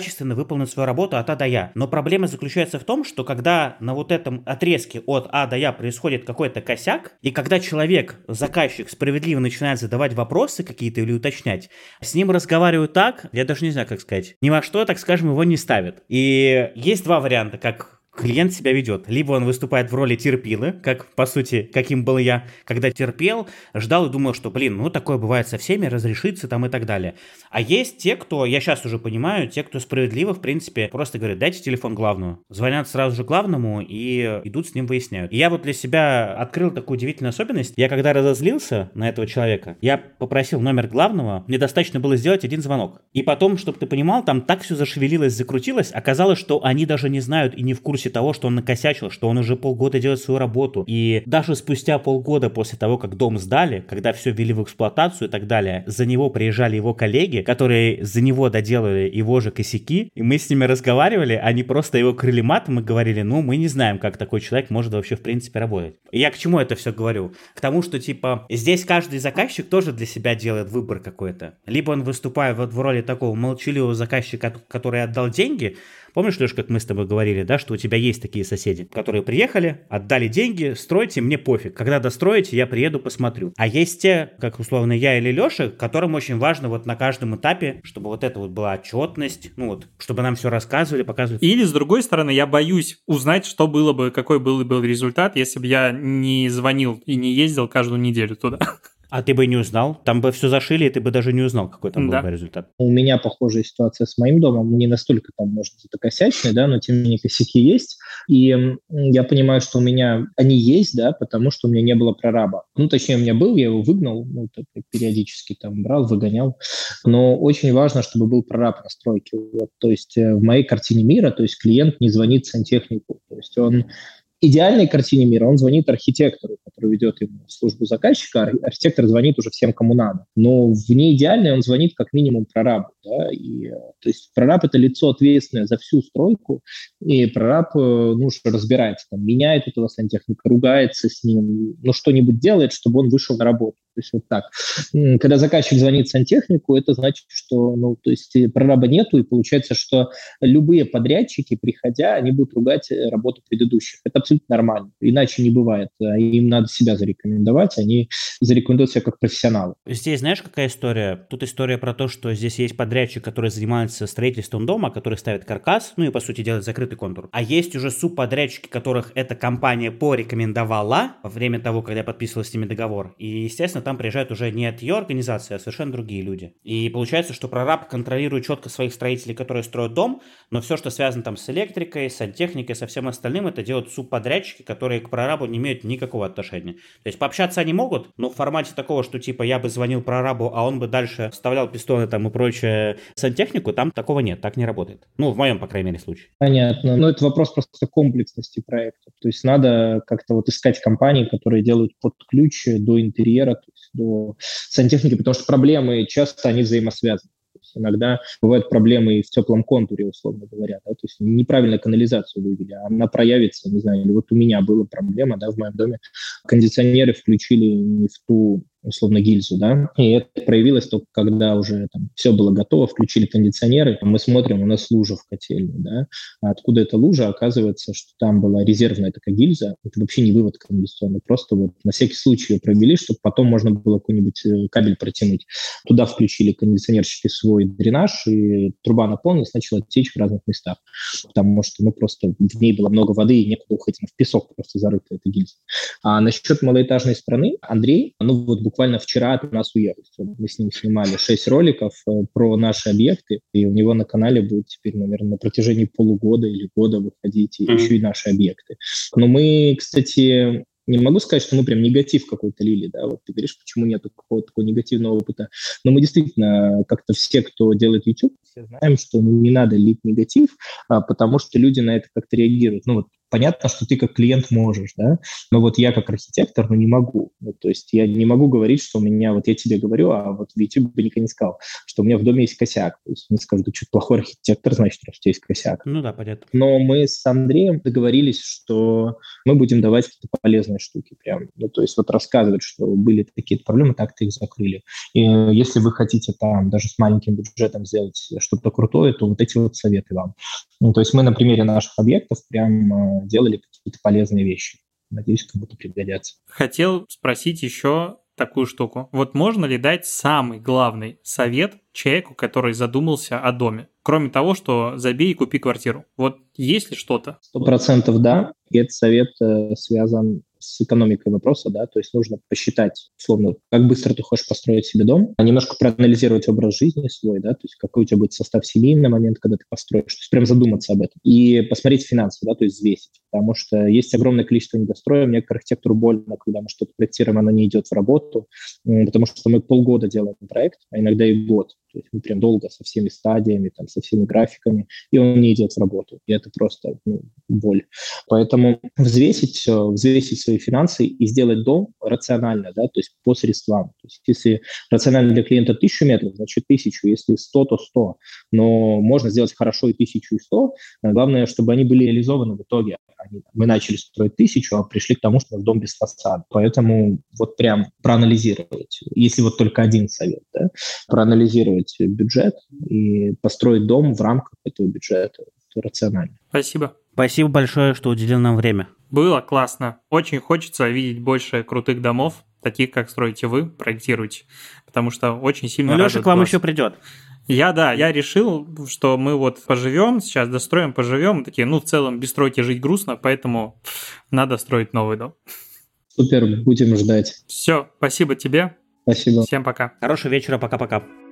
выполнит свою работу от А до Я. Но проблема заключается в том, что когда на вот этом отрезке от А до Я происходит какой-то косяк, и когда человек, заказчик, справедливо начинает задавать вопросы какие-то или уточнять, с ним разговаривают так, я даже не знаю, как сказать, ни во что, так скажем, его не ставят. И есть два варианта, как клиент себя ведет. Либо он выступает в роли терпилы, как, по сути, каким был я, когда терпел, ждал и думал, что, блин, ну, такое бывает со всеми, разрешится там и так далее. А есть те, кто, я сейчас уже понимаю, те, кто справедливо, в принципе, просто говорят, дайте телефон главному. Звонят сразу же главному и идут с ним выясняют. И я вот для себя открыл такую удивительную особенность. Я когда разозлился на этого человека, я попросил номер главного, мне достаточно было сделать один звонок. И потом, чтобы ты понимал, там так все зашевелилось, закрутилось, оказалось, что они даже не знают и не в курсе того, что он накосячил, что он уже полгода делает свою работу. И даже спустя полгода после того, как дом сдали, когда все ввели в эксплуатацию и так далее, за него приезжали его коллеги, которые за него доделали его же косяки, и мы с ними разговаривали, они просто его крыли матом и говорили, ну, мы не знаем, как такой человек может вообще в принципе работать. И я к чему это все говорю? К тому, что типа здесь каждый заказчик тоже для себя делает выбор какой-то. Либо он выступает вот в роли такого молчаливого заказчика, который отдал деньги. Помнишь, Леш, как мы с тобой говорили, да, что у тебя есть такие соседи, которые приехали, отдали деньги, стройте, мне пофиг. Когда достроите, я приеду, посмотрю. А есть те, как условно я или Леша, которым очень важно вот на каждом этапе, чтобы вот это вот была отчетность, ну вот, чтобы нам все рассказывали, показывали. Или, с другой стороны, я боюсь узнать, что было бы, какой был бы результат, если бы я не звонил и не ездил каждую неделю туда. А ты бы и не узнал. Там бы все зашили, и ты бы даже не узнал, какой там да. был бы результат. У меня похожая ситуация с моим домом. Не настолько там, может быть, это косячный, да, но тем не менее косяки есть. И я понимаю, что у меня они есть, да, потому что у меня не было прораба. Ну, точнее, у меня был, я его выгнал, ну, так, периодически там брал, выгонял. Но очень важно, чтобы был прораб на стройке. Вот, то есть в моей картине мира, то есть клиент не звонит сантехнику. То есть он... идеальной картине мира он звонит архитектору, который ведет ему службу заказчика, архитектор звонит уже всем, кому надо. Но в неидеальной он звонит как минимум прорабу. Да? И, то есть прораб – это лицо ответственное за всю стройку, и прораб ну, разбирается, там, меняет этого сантехника, ругается с ним, ну, что-нибудь делает, чтобы он вышел на работу. То есть вот так. Когда заказчик звонит сантехнику, это значит, что ну, то есть прораба нету, и получается, что любые подрядчики, приходя, они будут ругать работу предыдущих. Это абсолютно нормально. Иначе не бывает. Им надо себя зарекомендовать, они зарекомендуют себя как профессионалы. Здесь знаешь, какая история? Тут история про то, что здесь есть подрядчик, который занимается строительством дома, который ставит каркас, ну и, по сути, делает закрытый контур. А есть уже субподрядчики, которых эта компания порекомендовала во время того, когда я подписывал с ними договор. И, естественно, там приезжают уже не от ее организации, а совершенно другие люди. И получается, что прораб контролирует четко своих строителей, которые строят дом, но все, что связано там с электрикой, с сантехникой, со всем остальным, это делают субподрядчики, которые к прорабу не имеют никакого отношения. То есть пообщаться они могут, но в формате такого, что типа я бы звонил прорабу, а он бы дальше вставлял пистоны там и прочее сантехнику, там такого нет, так не работает. Ну, в моем, по крайней мере, случае. Понятно. Но это вопрос просто комплексности проекта. То есть надо как-то вот искать компании, которые делают под ключ до интерьера, то есть до сантехники, потому что проблемы часто они взаимосвязаны. То есть иногда бывают проблемы и в теплом контуре, условно говоря. Да? То есть неправильно канализацию вывели, а она проявится, не знаю, или вот у меня была проблема, да, в моем доме. Кондиционеры включили не в ту, условно, гильзу, да, и это проявилось только когда уже там все было готово, включили кондиционеры, мы смотрим, у нас лужа в котельной, да, а откуда эта лужа? Оказывается, что там была резервная такая гильза, это вообще не вывод канализационный, просто вот на всякий случай ее провели, чтобы потом можно было какой-нибудь кабель протянуть. Туда включили кондиционерщики свой дренаж, и труба наполнилась, начала течь в разных местах, потому что, ну, просто в ней было много воды, и некуда уходить, в песок просто зарыта эта гильза. А насчет малоэтажной страны, Андрей, ну, вот буквально вчера от нас уехал. Мы с ним снимали шесть роликов про наши объекты, и у него на канале будет теперь, наверное, на протяжении полугода или года выходить mm-hmm. еще и наши объекты. Но мы, кстати, не могу сказать, что мы прям негатив какой-то лили, да, вот ты говоришь, почему нет какого-то такого негативного опыта, но мы действительно как-то все, кто делает YouTube, все знаем, что ну, не надо лить негатив, а, потому что люди на это как-то реагируют. Ну вот понятно, что ты как клиент можешь, да, но вот я как архитектор, ну, не могу. Ну, то есть я не могу говорить, что у меня, вот я тебе говорю, а вот в YouTube бы никогда не сказал, что у меня в доме есть косяк. То есть мне скажут, что плохой архитектор, значит, что у тебя есть косяк. Ну да, понятно. Но мы с Андреем договорились, что мы будем давать какие-то полезные штуки прям. Ну, то есть вот рассказывать, что были такие проблемы, так-то их закрыли. И если вы хотите там даже с маленьким бюджетом сделать что-то крутое, то вот эти вот советы вам. Ну, то есть мы на примере наших объектов прям э, делали какие-то полезные вещи. Надеюсь, кому-то пригодятся. Хотел спросить еще такую штуку. Вот можно ли дать самый главный совет человеку, который задумался о доме? Кроме того, что забей и купи квартиру. Вот есть ли что-то? Сто процентов да. И этот совет э, связан с экономикой вопроса, да, то есть нужно посчитать, условно, как быстро ты хочешь построить себе дом, а немножко проанализировать образ жизни свой, да, то есть какой у тебя будет состав семьи на момент, когда ты построишь, то есть прям задуматься об этом и посмотреть финансы, да, то есть взвесить, потому что есть огромное количество недостроек, мне как архитектору больно, когда мы что-то проектируем, оно не идет в работу, потому что мы полгода делаем проект, а иногда и год, то есть мы прям долго со всеми стадиями, там, со всеми графиками, и он не идет в работу, и это просто ну, боль. Поэтому взвесить все, взвесить свои финансы и сделать дом рационально, да, то есть по средствам. То есть если рационально для клиента тысячу метров, значит тысячу, если сто, то сто. Но можно сделать хорошо и тысячу, и сто. Главное, чтобы они были реализованы в итоге. Они, мы начали строить тысячу, а пришли к тому, что у нас дом без фасада. Поэтому вот прям проанализировать, если вот только один совет, да, проанализировать бюджет и построить дом в рамках этого бюджета рационально. Спасибо. Спасибо большое, что уделил нам время. Было классно. Очень хочется видеть больше крутых домов, таких, как строите вы, проектируете. Потому что очень сильно Ну, Леша к вам глаз. еще придет. Я, да, я решил, что мы вот поживем, сейчас достроим, поживем. Такие, ну, в целом, без стройки жить грустно, поэтому надо строить новый дом. Супер, будем ждать. Все, спасибо тебе. Спасибо. Всем пока. Хорошего вечера, пока-пока.